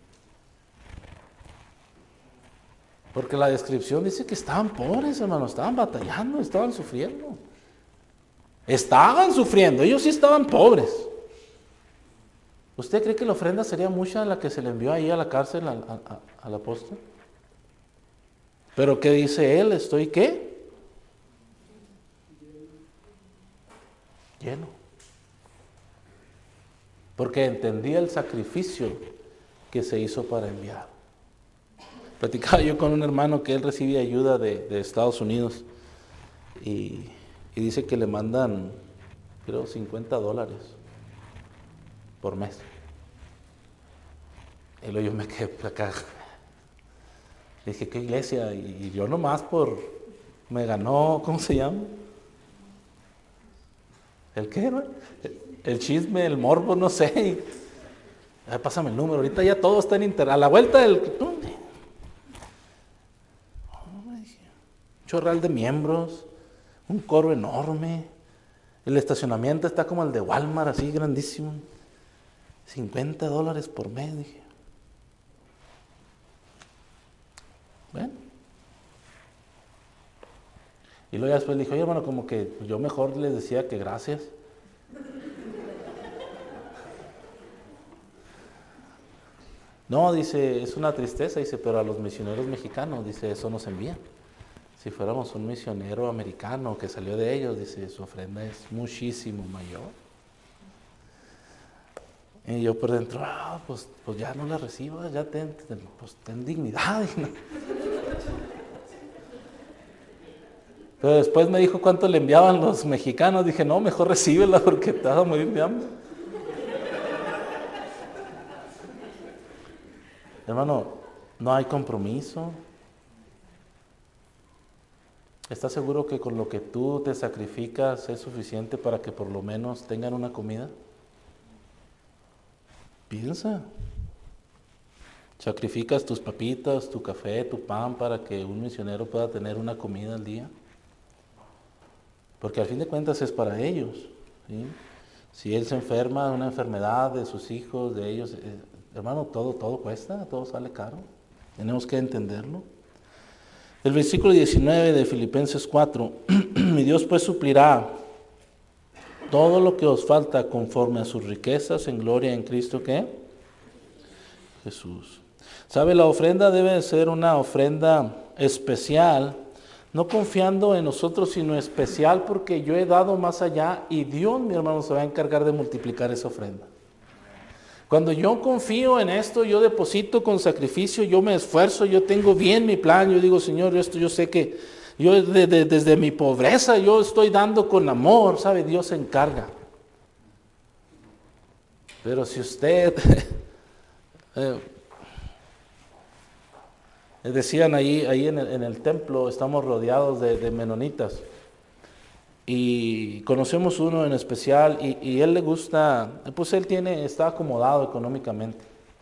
Porque la descripción dice que estaban pobres, hermano, estaban batallando, estaban sufriendo. Estaban sufriendo, ellos sí estaban pobres. ¿Usted cree que la ofrenda sería mucha la que se le envió ahí a la cárcel al apóstol? ¿Pero qué dice él? ¿Estoy qué? Lleno. Porque entendía el sacrificio que se hizo para enviar. Platicaba yo con un hermano que él recibe ayuda de Estados Unidos y dice que le mandan, creo, $50 por mes. Y luego yo me quedé acá. Dije, ¿qué iglesia? Y yo nomás me ganó, ¿cómo se llama? ¿El qué, no? El chisme, el morbo, no sé. Ay, pásame el número, ahorita ya todo está en internet. A la vuelta del... chorral de miembros, un coro enorme. El estacionamiento está como el de Walmart, así grandísimo. $50 por mes, dije. Bueno. Y luego ya después le dije, oye hermano, como que yo mejor les decía que gracias. No, dice, es una tristeza, dice, pero a los misioneros mexicanos, dice, eso nos envían. Si fuéramos un misionero americano que salió de ellos, dice, su ofrenda es muchísimo mayor. Y yo por dentro, pues ya no la recibas, ya ten dignidad. ¿No? Pero después me dijo cuánto le enviaban los mexicanos. Dije, no, mejor recíbela porque te vas a morir de hambre. Hermano, no hay compromiso. ¿Estás seguro que con lo que tú te sacrificas es suficiente para que por lo menos tengan una comida? Piensa. ¿Sacrificas tus papitas, tu café, tu pan para que un misionero pueda tener una comida al día? Porque al fin de cuentas es para ellos, ¿sí? Si él se enferma de una enfermedad de sus hijos, de ellos, hermano, todo cuesta, todo sale caro. Tenemos que entenderlo. El versículo 19 de Filipenses 4, mi Dios pues suplirá todo lo que os falta conforme a sus riquezas en gloria en Cristo, ¿qué? Jesús. ¿Sabe? La ofrenda debe ser una ofrenda especial, no confiando en nosotros, sino especial porque yo he dado más allá y Dios, mi hermano, se va a encargar de multiplicar esa ofrenda. Cuando yo confío en esto, yo deposito con sacrificio, yo me esfuerzo, yo tengo bien mi plan, yo digo, Señor, yo sé que yo desde mi pobreza yo estoy dando con amor, ¿sabe? Dios se encarga. Pero si usted, decían ahí en el templo, estamos rodeados de menonitas. Y conocemos uno en especial y él le gusta, pues él está acomodado económicamente.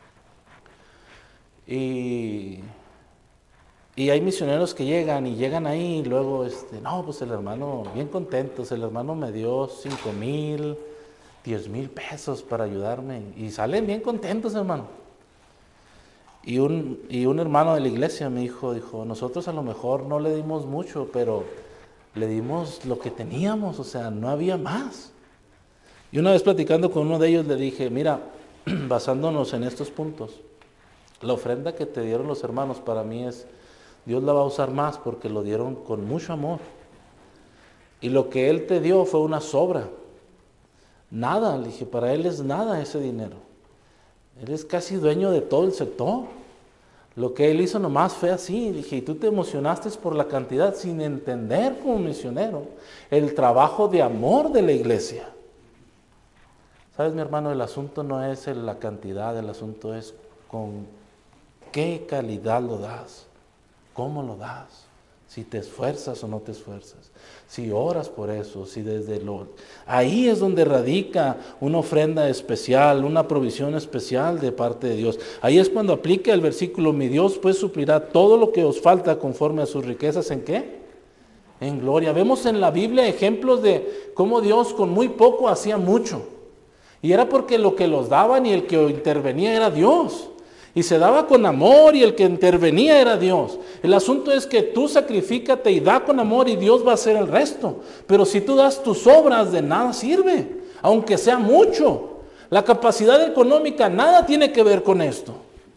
Y hay misioneros que llegan ahí y luego, no, pues el hermano, bien contentos, el hermano me dio 5,000, 10,000 pesos para ayudarme. Y salen bien contentos, hermano. Y un hermano de la iglesia me dijo, nosotros a lo mejor no le dimos mucho, pero le dimos lo que teníamos, o sea, no había más. Y una vez platicando con uno de ellos le dije, mira, basándonos en estos puntos, la ofrenda que te dieron los hermanos para mí Dios la va a usar más porque lo dieron con mucho amor. Y lo que Él te dio fue una sobra. Nada, le dije, para Él es nada ese dinero. Él es casi dueño de todo el sector. Lo que Él hizo nomás fue así. Dije, y tú te emocionaste por la cantidad sin entender como misionero el trabajo de amor de la iglesia. ¿Sabes, mi hermano? El asunto no es la cantidad, el asunto es con qué calidad lo das, cómo lo das, si te esfuerzas o no te esfuerzas, si oras por eso, si ahí es donde radica una ofrenda especial, una provisión especial de parte de Dios. Ahí es cuando aplica el versículo, mi Dios pues suplirá todo lo que os falta conforme a sus riquezas, ¿en qué? En gloria. Vemos en la Biblia ejemplos de cómo Dios con muy poco hacía mucho. Y era porque lo que los daban y el que intervenía era Dios. Y se daba con amor y el que intervenía era Dios. El asunto es que tú sacrifícate y da con amor y Dios va a hacer el resto. Pero si tú das tus obras, de nada sirve, aunque sea mucho. La capacidad económica nada tiene que ver con esto.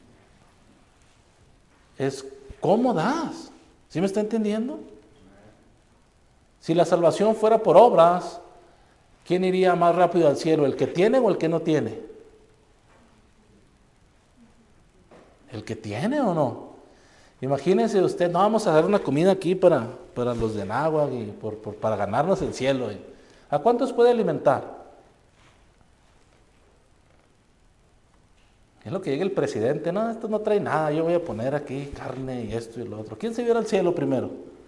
Es cómo das. ¿Sí me está entendiendo? Si la salvación fuera por obras, ¿quién iría más rápido al cielo? ¿El que tiene o el que no tiene? ¿El que tiene o no? Imagínense usted, no vamos a dar una comida aquí para los de Náhuac y para ganarnos el cielo. ¿A cuántos puede alimentar? Es lo que llega el presidente, no, esto no trae nada, yo voy a poner aquí carne y esto y lo otro. ¿Quién se viera al cielo primero?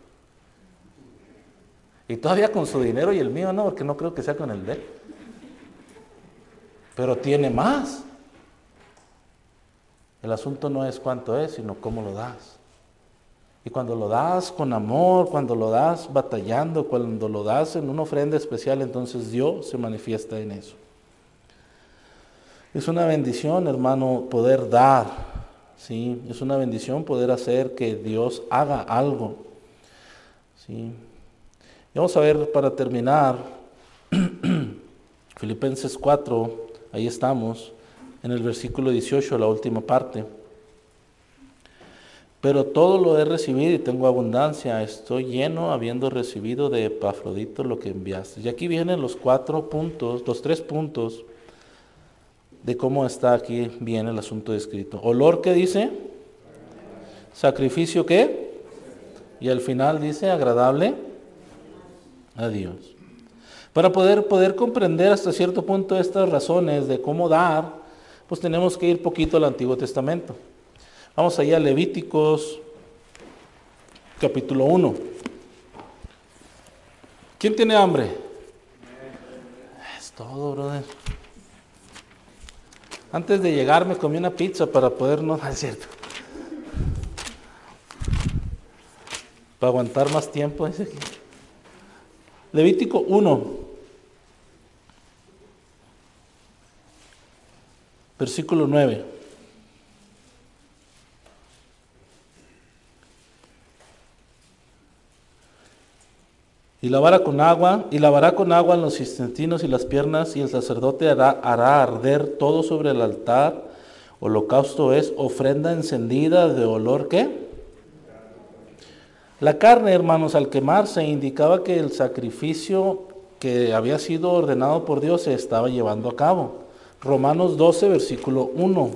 Y todavía con su dinero y el mío no, porque no creo que sea con el de él. Pero tiene más. El asunto no es cuánto es, sino cómo lo das. Y cuando lo das con amor, cuando lo das batallando, cuando lo das en una ofrenda especial, entonces Dios se manifiesta en eso. Es una bendición, hermano, poder dar, ¿sí? Es una bendición poder hacer que Dios haga algo, ¿sí? Y vamos a ver para terminar, Filipenses 4, ahí estamos. En el versículo 18, la última parte. Pero todo lo he recibido y tengo abundancia, estoy lleno habiendo recibido de Epafrodito lo que enviaste. Y aquí vienen los 4 puntos, los 3 puntos de cómo está aquí bien el asunto descrito. Olor, ¿qué dice? Sacrificio, ¿qué? Y al final dice agradable a Dios. Para poder comprender hasta cierto punto estas razones de cómo dar, pues tenemos que ir poquito al Antiguo Testamento. Vamos allá a Levíticos, capítulo 1. ¿Quién tiene hambre? Es todo, brother. Antes de llegar me comí una pizza para poder, no, es cierto. Para aguantar más tiempo, dice aquí. Levítico 1. Versículo 9. Y lavará con agua los intestinos y las piernas, y el sacerdote hará arder todo sobre el altar. Holocausto es ofrenda encendida de olor, ¿qué? La carne, hermanos, al quemarse indicaba que el sacrificio que había sido ordenado por Dios se estaba llevando a cabo. Romanos 12, versículo 1.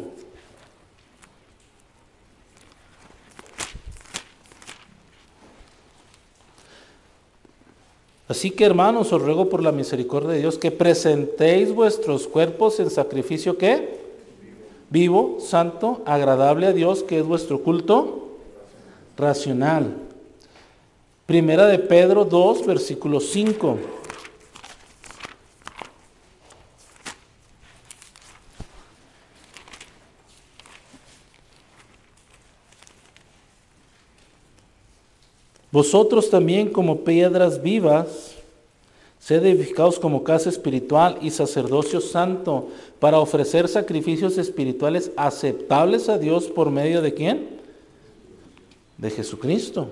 Así que, hermanos, os ruego por la misericordia de Dios que presentéis vuestros cuerpos en sacrificio, ¿qué? Vivo, santo, agradable a Dios, que es vuestro culto racional. Primera de Pedro 2, versículo 5. Vosotros también como piedras vivas, sed edificados como casa espiritual y sacerdocio santo, para ofrecer sacrificios espirituales aceptables a Dios por medio de ¿quién? De Jesucristo.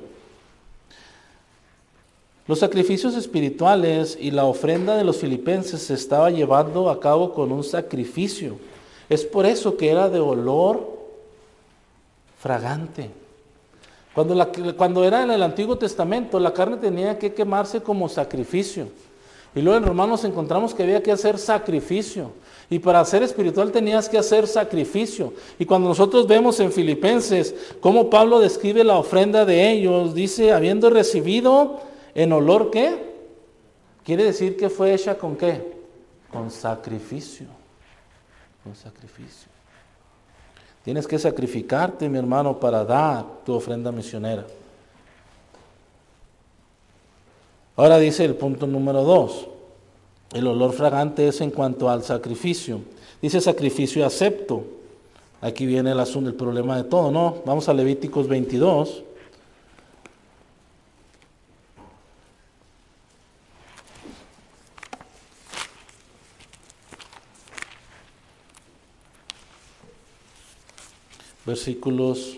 Los sacrificios espirituales y la ofrenda de los filipenses se estaba llevando a cabo con un sacrificio. Es por eso que era de olor fragante. Cuando era en el Antiguo Testamento, la carne tenía que quemarse como sacrificio. Y luego en Romanos encontramos que había que hacer sacrificio. Y para ser espiritual tenías que hacer sacrificio. Y cuando nosotros vemos en Filipenses cómo Pablo describe la ofrenda de ellos, dice, habiendo recibido en olor, ¿qué? Quiere decir que fue hecha ¿con qué? Con sacrificio. Con sacrificio. Tienes que sacrificarte, mi hermano, para dar tu ofrenda misionera. Ahora dice el punto número 2. El olor fragante es en cuanto al sacrificio. Dice sacrificio acepto. Aquí viene el asunto, el problema de todo, ¿no? Vamos a Levíticos 22. Versículos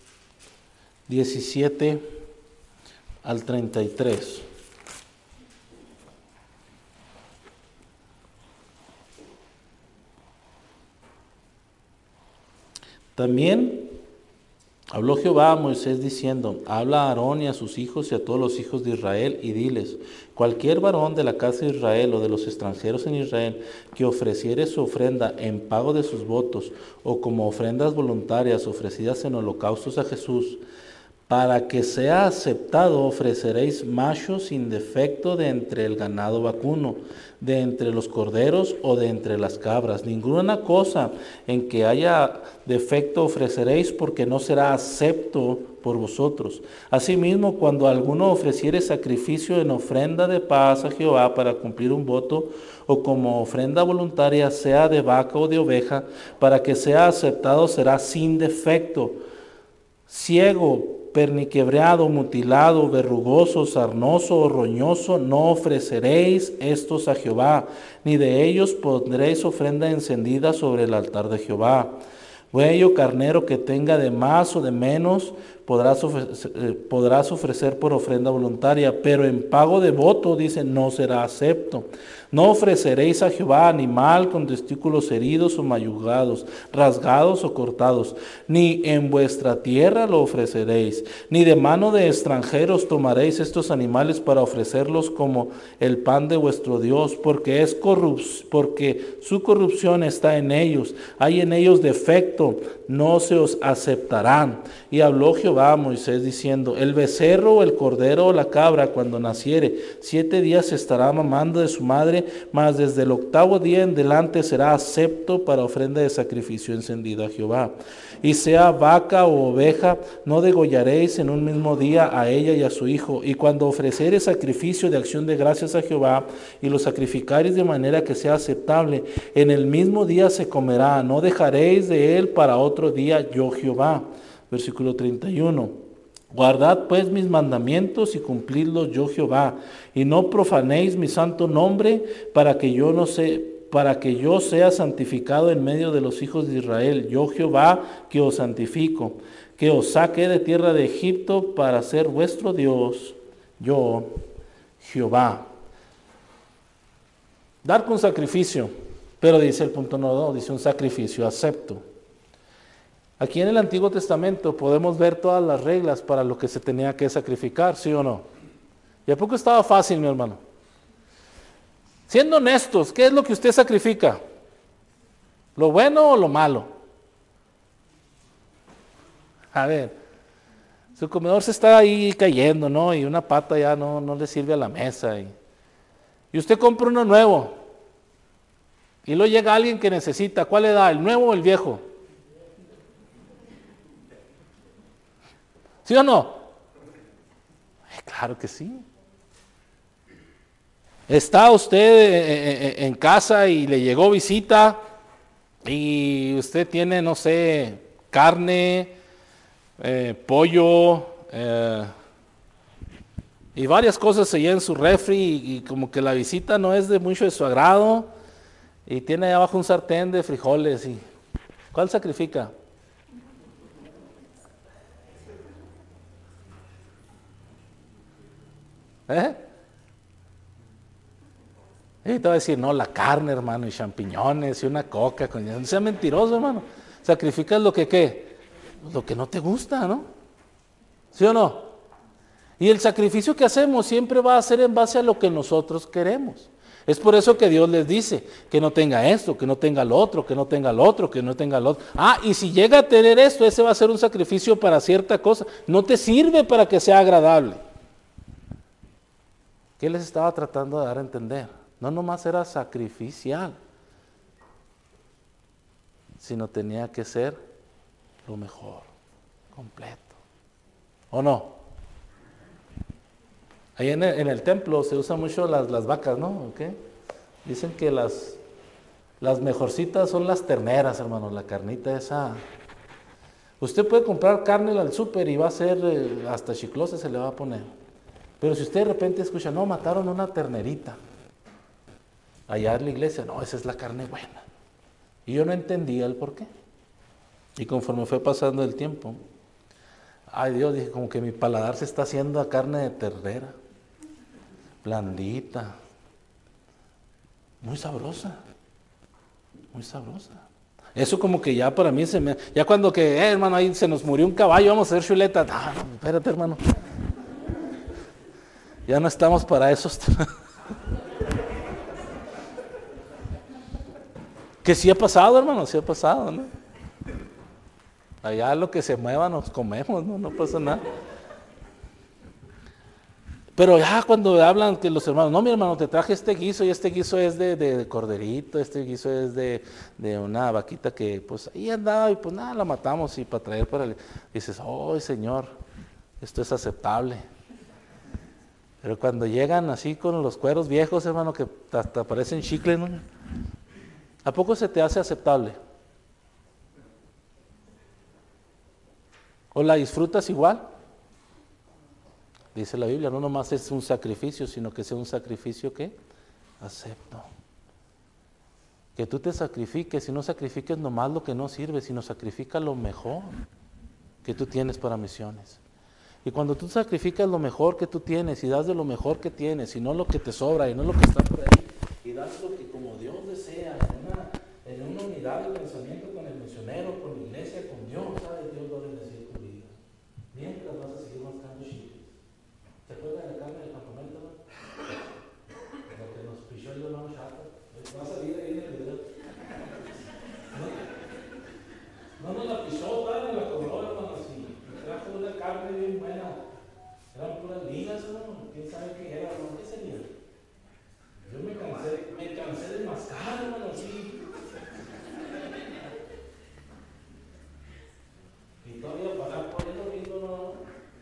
17 al 33. También habló Jehová a Moisés diciendo, habla a Aarón y a sus hijos y a todos los hijos de Israel y diles, cualquier varón de la casa de Israel o de los extranjeros en Israel que ofreciere su ofrenda en pago de sus votos o como ofrendas voluntarias ofrecidas en holocaustos a Jesús, para que sea aceptado ofreceréis machos sin defecto de entre el ganado vacuno, de entre los corderos o de entre las cabras. Ninguna cosa en que haya defecto ofreceréis, porque no será acepto por vosotros. Asimismo, cuando alguno ofreciere sacrificio en ofrenda de paz a Jehová para cumplir un voto, o como ofrenda voluntaria, sea de vaca o de oveja, para que sea aceptado será sin defecto. Ciego, perniquebrado, mutilado, verrugoso, sarnoso o roñoso, no ofreceréis estos a Jehová, ni de ellos pondréis ofrenda encendida sobre el altar de Jehová. Buey o carnero que tenga de más o de menos, podrás ofrecer por ofrenda voluntaria, pero en pago de voto, dice, no será acepto. No ofreceréis a Jehová animal con testículos heridos o mayugados, rasgados o cortados, ni en vuestra tierra lo ofreceréis, ni de mano de extranjeros tomaréis estos animales para ofrecerlos como el pan de vuestro Dios, porque su corrupción está en ellos, hay en ellos defecto, no se os aceptarán. Y habló Jehová a Moisés diciendo, el becerro o el cordero o la cabra cuando naciere, 7 días estará mamando de su madre, mas desde el 8º día en delante será acepto para ofrenda de sacrificio encendida a Jehová. Y sea vaca o oveja, no degollaréis en un mismo día a ella y a su hijo. Y cuando ofreciere sacrificio de acción de gracias a Jehová, y lo sacrificaréis de manera que sea aceptable, en el mismo día se comerá, no dejaréis de él para otro día, yo Jehová. Versículo 31. Guardad pues mis mandamientos y cumplidlos, yo Jehová, y no profanéis mi santo nombre, para que yo sea santificado en medio de los hijos de Israel. Yo Jehová, que os santifico, que os saqué de tierra de Egipto para ser vuestro Dios, yo Jehová. Dar con sacrificio, pero dice el punto no, dice un sacrificio acepto. Aquí en el Antiguo Testamento podemos ver todas las reglas para lo que se tenía que sacrificar, ¿sí o no? ¿Y a poco estaba fácil, mi hermano? Siendo honestos, ¿qué es lo que usted sacrifica? ¿Lo bueno o lo malo? A ver, su comedor se está ahí cayendo, ¿no? Y una pata ya no le sirve a la mesa. Y usted compra uno nuevo. Y luego llega alguien que necesita. ¿Cuál le da? ¿El nuevo o el viejo? ¿Sí o no? Claro que sí. Está usted en casa y le llegó visita y usted tiene, no sé, carne, pollo y varias cosas allá en su refri y como que la visita no es de mucho de su agrado y tiene ahí abajo un sartén de frijoles. Y ¿cuál sacrifica? ¿Eh? Y te va a decir, no, la carne, hermano, y champiñones, y una coca. No sea mentiroso, hermano. Sacrificas lo que, ¿qué? Lo que no te gusta, ¿no? ¿Sí o no? Y el sacrificio que hacemos siempre va a ser en base a lo que nosotros queremos. Es por eso que Dios les dice que no tenga esto, que no tenga lo otro, que no tenga lo otro, que no tenga lo otro. Ah, y si llega a tener esto, ese va a ser un sacrificio para cierta cosa. No te sirve para que sea agradable. ¿Qué les estaba tratando de dar a entender? No nomás era sacrificial, sino tenía que ser lo mejor, completo. ¿O no? Ahí en el templo se usan mucho las vacas, ¿no? ¿Okay? Dicen que las mejorcitas son las terneras, hermano, la carnita esa. Usted puede comprar carne al súper y va a ser, hasta chiclosa se le va a poner. Pero si usted de repente escucha, no, mataron una ternerita. Allá en la iglesia, no, esa es la carne buena. Y yo no entendía el por qué. Y conforme fue pasando el tiempo, ay Dios, dije, como que mi paladar se está haciendo a carne de ternera. Blandita. Muy sabrosa. Muy sabrosa. Eso como que ya para mí ya cuando que, hermano, ahí se nos murió un caballo, vamos a hacer chuleta. Ah, no, espérate, hermano. Ya no estamos para esos. Que sí ha pasado, hermano, sí ha pasado, ¿no? Allá lo que se mueva nos comemos, ¿no? No pasa nada. Pero ya cuando hablan que los hermanos, no, mi hermano, te traje este guiso y este guiso es de corderito, este guiso es de una vaquita que pues ahí andaba y pues nada, la matamos y para traer para el... Dices, oh Señor, esto es aceptable. Pero cuando llegan así con los cueros viejos, hermano, que hasta parecen chicle, ¿no? ¿A poco se te hace aceptable? ¿O la disfrutas igual? Dice la Biblia, no nomás es un sacrificio, sino que sea un sacrificio que acepto. Que tú te sacrifiques y no sacrifiques nomás lo que no sirve, sino sacrifica lo mejor que tú tienes para misiones. Y cuando tú sacrificas lo mejor que tú tienes y das de lo mejor que tienes y no lo que te sobra y no lo que está por ahí, y das lo que como Dios desea, en una unidad de pensamiento con el misionero, con la iglesia, con Dios, ¿sabes? Dios va a bendecir tu vida. Mientras vas a seguir mascando chicles. ¿Se acuerdan de la carne del campamento? Lo que nos pichó el hermano Chata. Va a salir ahí en el video. No nos la pisó, ¿verdad? La cobró, hermano, así. Me trajo una carne bien buena. Eran puras ligas, hermano. ¿Quién sabe qué era, hermano? ¿Qué sería? Yo me cansé de mascar, hermano, así. Y todavía para poner lo mismo, no.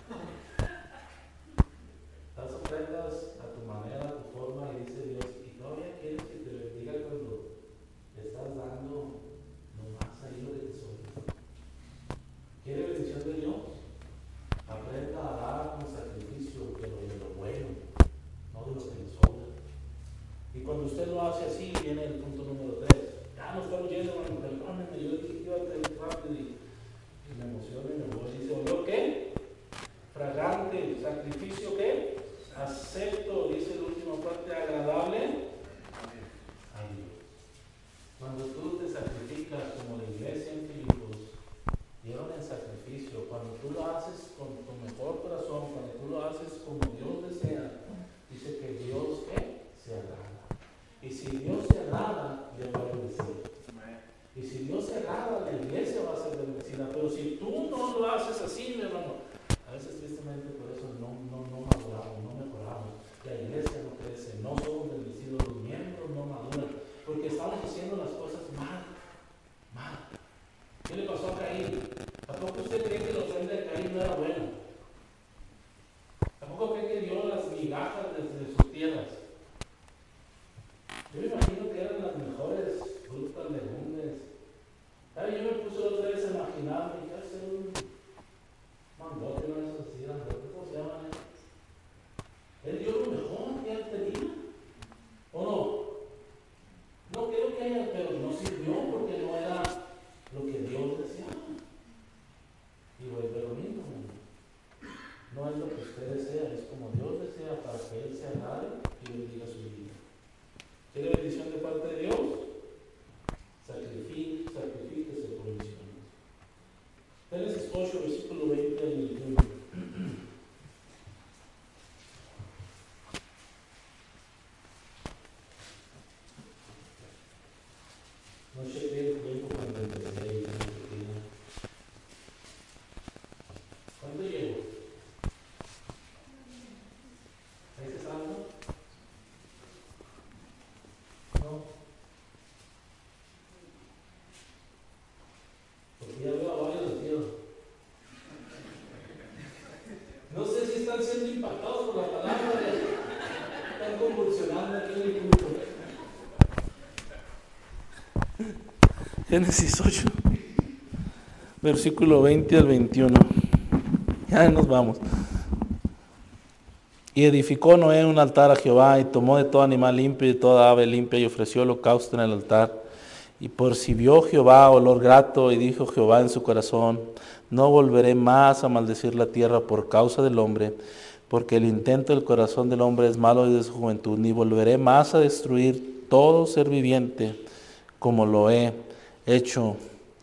Das ofrendas a tu manera, a tu forma, y dice Dios, y todavía quieres que te bendiga cuando le estás dando nomás ahí lo que te sobra. ¿Quiere bendición de Dios? Aprenda a dar con sacrificio, pero de lo bueno, no de lo que le sobra. Y cuando usted lo hace así, viene el punto número 3. Ya no estamos yendo, perdónenme, yo dije que iba a tener rápido y me emociono y me voy. Dice, ¿olor qué? Fragante, sacrificio qué? Acepto, dice la última parte, agradable a Dios. Cuando tú te sacrificas como la iglesia en Filipos, llevan el sacrificio. Cuando tú lo haces con tu mejor corazón, cuando tú lo haces como Dios desea, dice que Dios ¿qué? Se agrada. Y si Dios se agrada, Dios va a bendecir. Y si Dios se agrada, la iglesia va a ser bendecida. Pero si tú no lo haces así, mi hermano, a veces tristemente por eso no maduramos, no mejoramos. La iglesia no crece, no somos bendecidos, los miembros no maduran, porque estamos haciendo las cosas mal. ¿Qué le pasó a Caín? ¿A poco usted cree que la ofrenda de Caín no era buena? ¿A poco cree que Dios 8, versículo 20 al 21. No sé qué tiempo cuando empecé ahí. ¿Cuánto llevo? ¿Ahí se está dando? No. Porque ya veo a varios tíos. No sé si están siendo impactados por la palabra. Están convulsionando aquí en el culto. Génesis 8, versículo 20 al 21. Ya nos vamos. Y edificó Noé un altar a Jehová, y tomó de todo animal limpio y de toda ave limpia, y ofreció holocausto en el altar. Y percibió Jehová olor grato, y dijo Jehová en su corazón: no volveré más a maldecir la tierra por causa del hombre, porque el intento del corazón del hombre es malo desde su juventud, ni volveré más a destruir todo ser viviente como lo he hecho.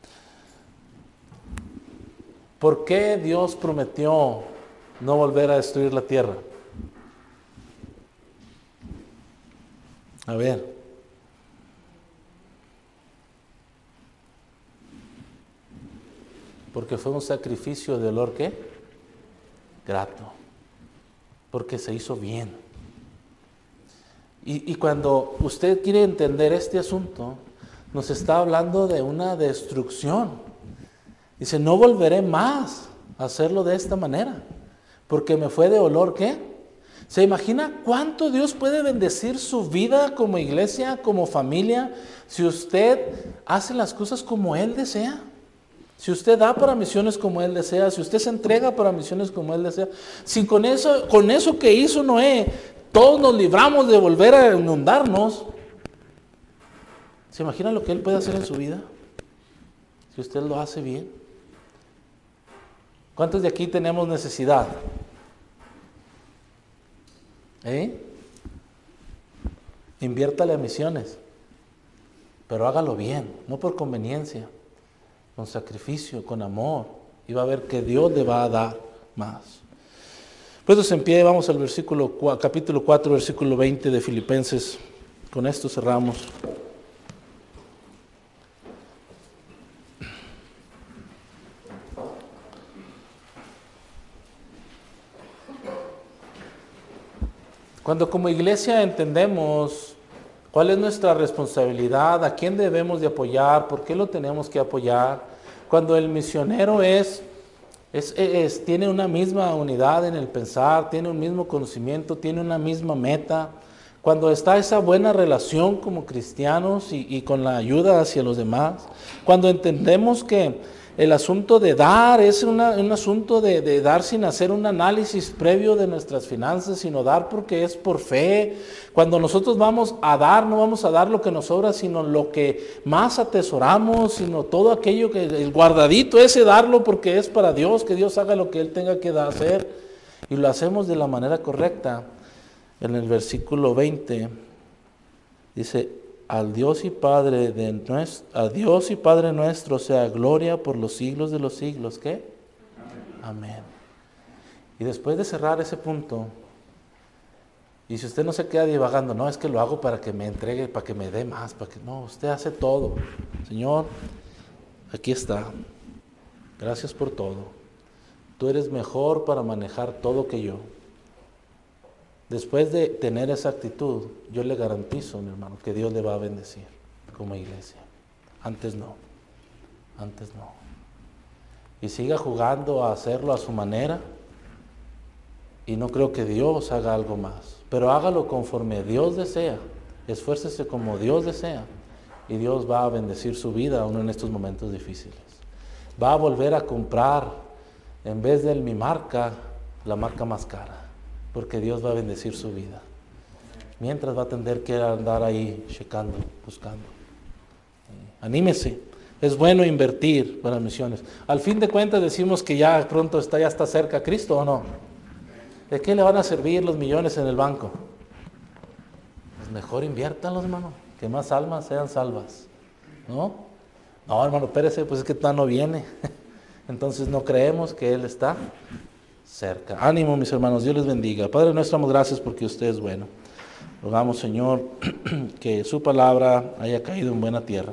¿Por qué Dios prometió no volver a destruir la tierra? A ver. Porque fue un sacrificio de olor, ¿qué? Grato. Porque se hizo bien. Y cuando usted quiere entender este asunto, nos está hablando de una destrucción. Dice, no volveré más a hacerlo de esta manera, porque me fue de olor, ¿qué? ¿Se imagina cuánto Dios puede bendecir su vida como iglesia, como familia, si usted hace las cosas como Él desea? Si usted da para misiones como Él desea, si usted se entrega para misiones como Él desea, si con eso que hizo Noé, todos nos libramos de volver a inundarnos, ¿se imagina lo que Él puede hacer en su vida? Si usted lo hace bien. ¿Cuántos de aquí tenemos necesidad? Inviértale a misiones, pero hágalo bien, no por conveniencia, con sacrificio, con amor, y va a ver que Dios le va a dar más. Pues en pie, vamos al capítulo 4, versículo 20 de Filipenses. Con esto cerramos. Cuando como iglesia entendemos cuál es nuestra responsabilidad, a quién debemos de apoyar, por qué lo tenemos que apoyar, cuando el misionero tiene una misma unidad en el pensar, tiene un mismo conocimiento, tiene una misma meta, cuando está esa buena relación como cristianos y con la ayuda hacia los demás, cuando entendemos que el asunto de dar es un asunto de dar sin hacer un análisis previo de nuestras finanzas, sino dar porque es por fe. Cuando nosotros vamos a dar, no vamos a dar lo que nos sobra, sino lo que más atesoramos, sino todo aquello que el guardadito ese, darlo porque es para Dios, que Dios haga lo que Él tenga que hacer, y lo hacemos de la manera correcta. En el versículo 20 dice: a Dios y Padre nuestro sea gloria por los siglos de los siglos. ¿Qué? Amén. Y después de cerrar ese punto, y si usted no se queda divagando, no, es que lo hago para que me entregue, para que me dé más, no, usted hace todo. Señor, aquí está. Gracias por todo. Tú eres mejor para manejar todo que yo. Después de tener esa actitud, yo le garantizo, mi hermano, que Dios le va a bendecir como iglesia. Antes no. Y siga jugando a hacerlo a su manera, y no creo que Dios haga algo más. Pero hágalo conforme Dios desea. Esfuércese como Dios desea, y Dios va a bendecir su vida aún en estos momentos difíciles. Va a volver a comprar, en vez de mi marca, la marca más cara, porque Dios va a bendecir su vida. Mientras va a tener que andar ahí checando, buscando. Anímese. Es bueno invertir para misiones. Al fin de cuentas decimos que ya pronto ya está cerca Cristo, ¿o no? ¿De qué le van a servir los millones en el banco? Pues mejor inviértanlos, hermano, que más almas sean salvas. ¿No? No, hermano, espérese, pues es que todavía no viene. entonces no creemos que Él está cerca. Ánimo, mis hermanos, Dios les bendiga. Padre nuestro, damos gracias porque usted es bueno. Rogamos, Señor, que su palabra haya caído en buena tierra.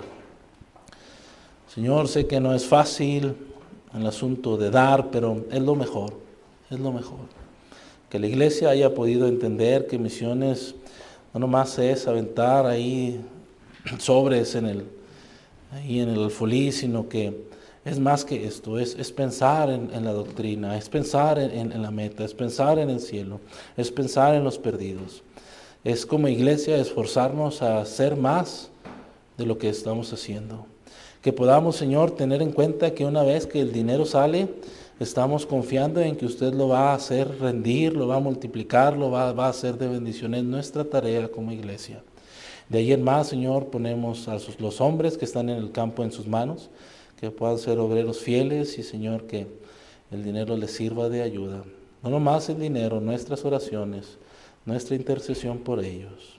Señor, sé que no es fácil el asunto de dar, pero es lo mejor, es lo mejor. Que la iglesia haya podido entender que misiones no nomás es aventar ahí sobres ahí en el alfolí, sino que es más que esto, es pensar en la doctrina, es pensar en la meta, es pensar en el cielo, es pensar en los perdidos. Es como iglesia esforzarnos a hacer más de lo que estamos haciendo. Que podamos, Señor, tener en cuenta que una vez que el dinero sale, estamos confiando en que usted lo va a hacer rendir, lo va a multiplicar, lo va a hacer de bendición. Es nuestra tarea como iglesia. De ahí en más, Señor, ponemos a los hombres que están en el campo en sus manos, que puedan ser obreros fieles y, Señor, que el dinero les sirva de ayuda. No nomás el dinero, nuestras oraciones, nuestra intercesión por ellos.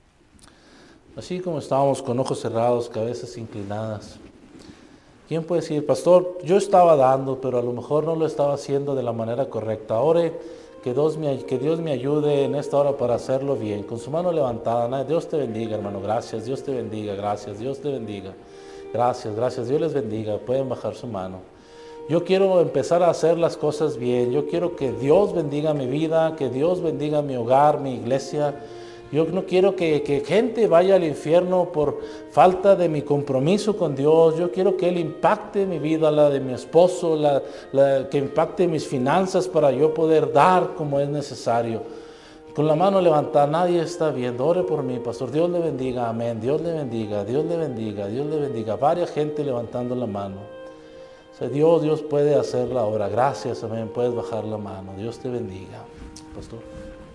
Así como estábamos con ojos cerrados, cabezas inclinadas. ¿Quién puede decir, pastor, yo estaba dando, pero a lo mejor no lo estaba haciendo de la manera correcta? Ore que Dios me ayude en esta hora para hacerlo bien. Con su mano levantada, Dios te bendiga, hermano, gracias, Dios te bendiga, gracias, Dios te bendiga. Gracias, gracias, Dios les bendiga, pueden bajar su mano. Yo quiero empezar a hacer las cosas bien, yo quiero que Dios bendiga mi vida, que Dios bendiga mi hogar, mi iglesia. Yo no quiero que gente vaya al infierno por falta de mi compromiso con Dios. Yo quiero que Él impacte mi vida, la de mi esposo, que impacte mis finanzas para yo poder dar como es necesario. Con la mano levantada, nadie está viendo. Ore por mí, pastor. Dios le bendiga, amén. Dios le bendiga, Dios le bendiga, Dios le bendiga. Varias gente levantando la mano. O sea, Dios puede hacer la obra. Gracias, amén. Puedes bajar la mano. Dios te bendiga, pastor.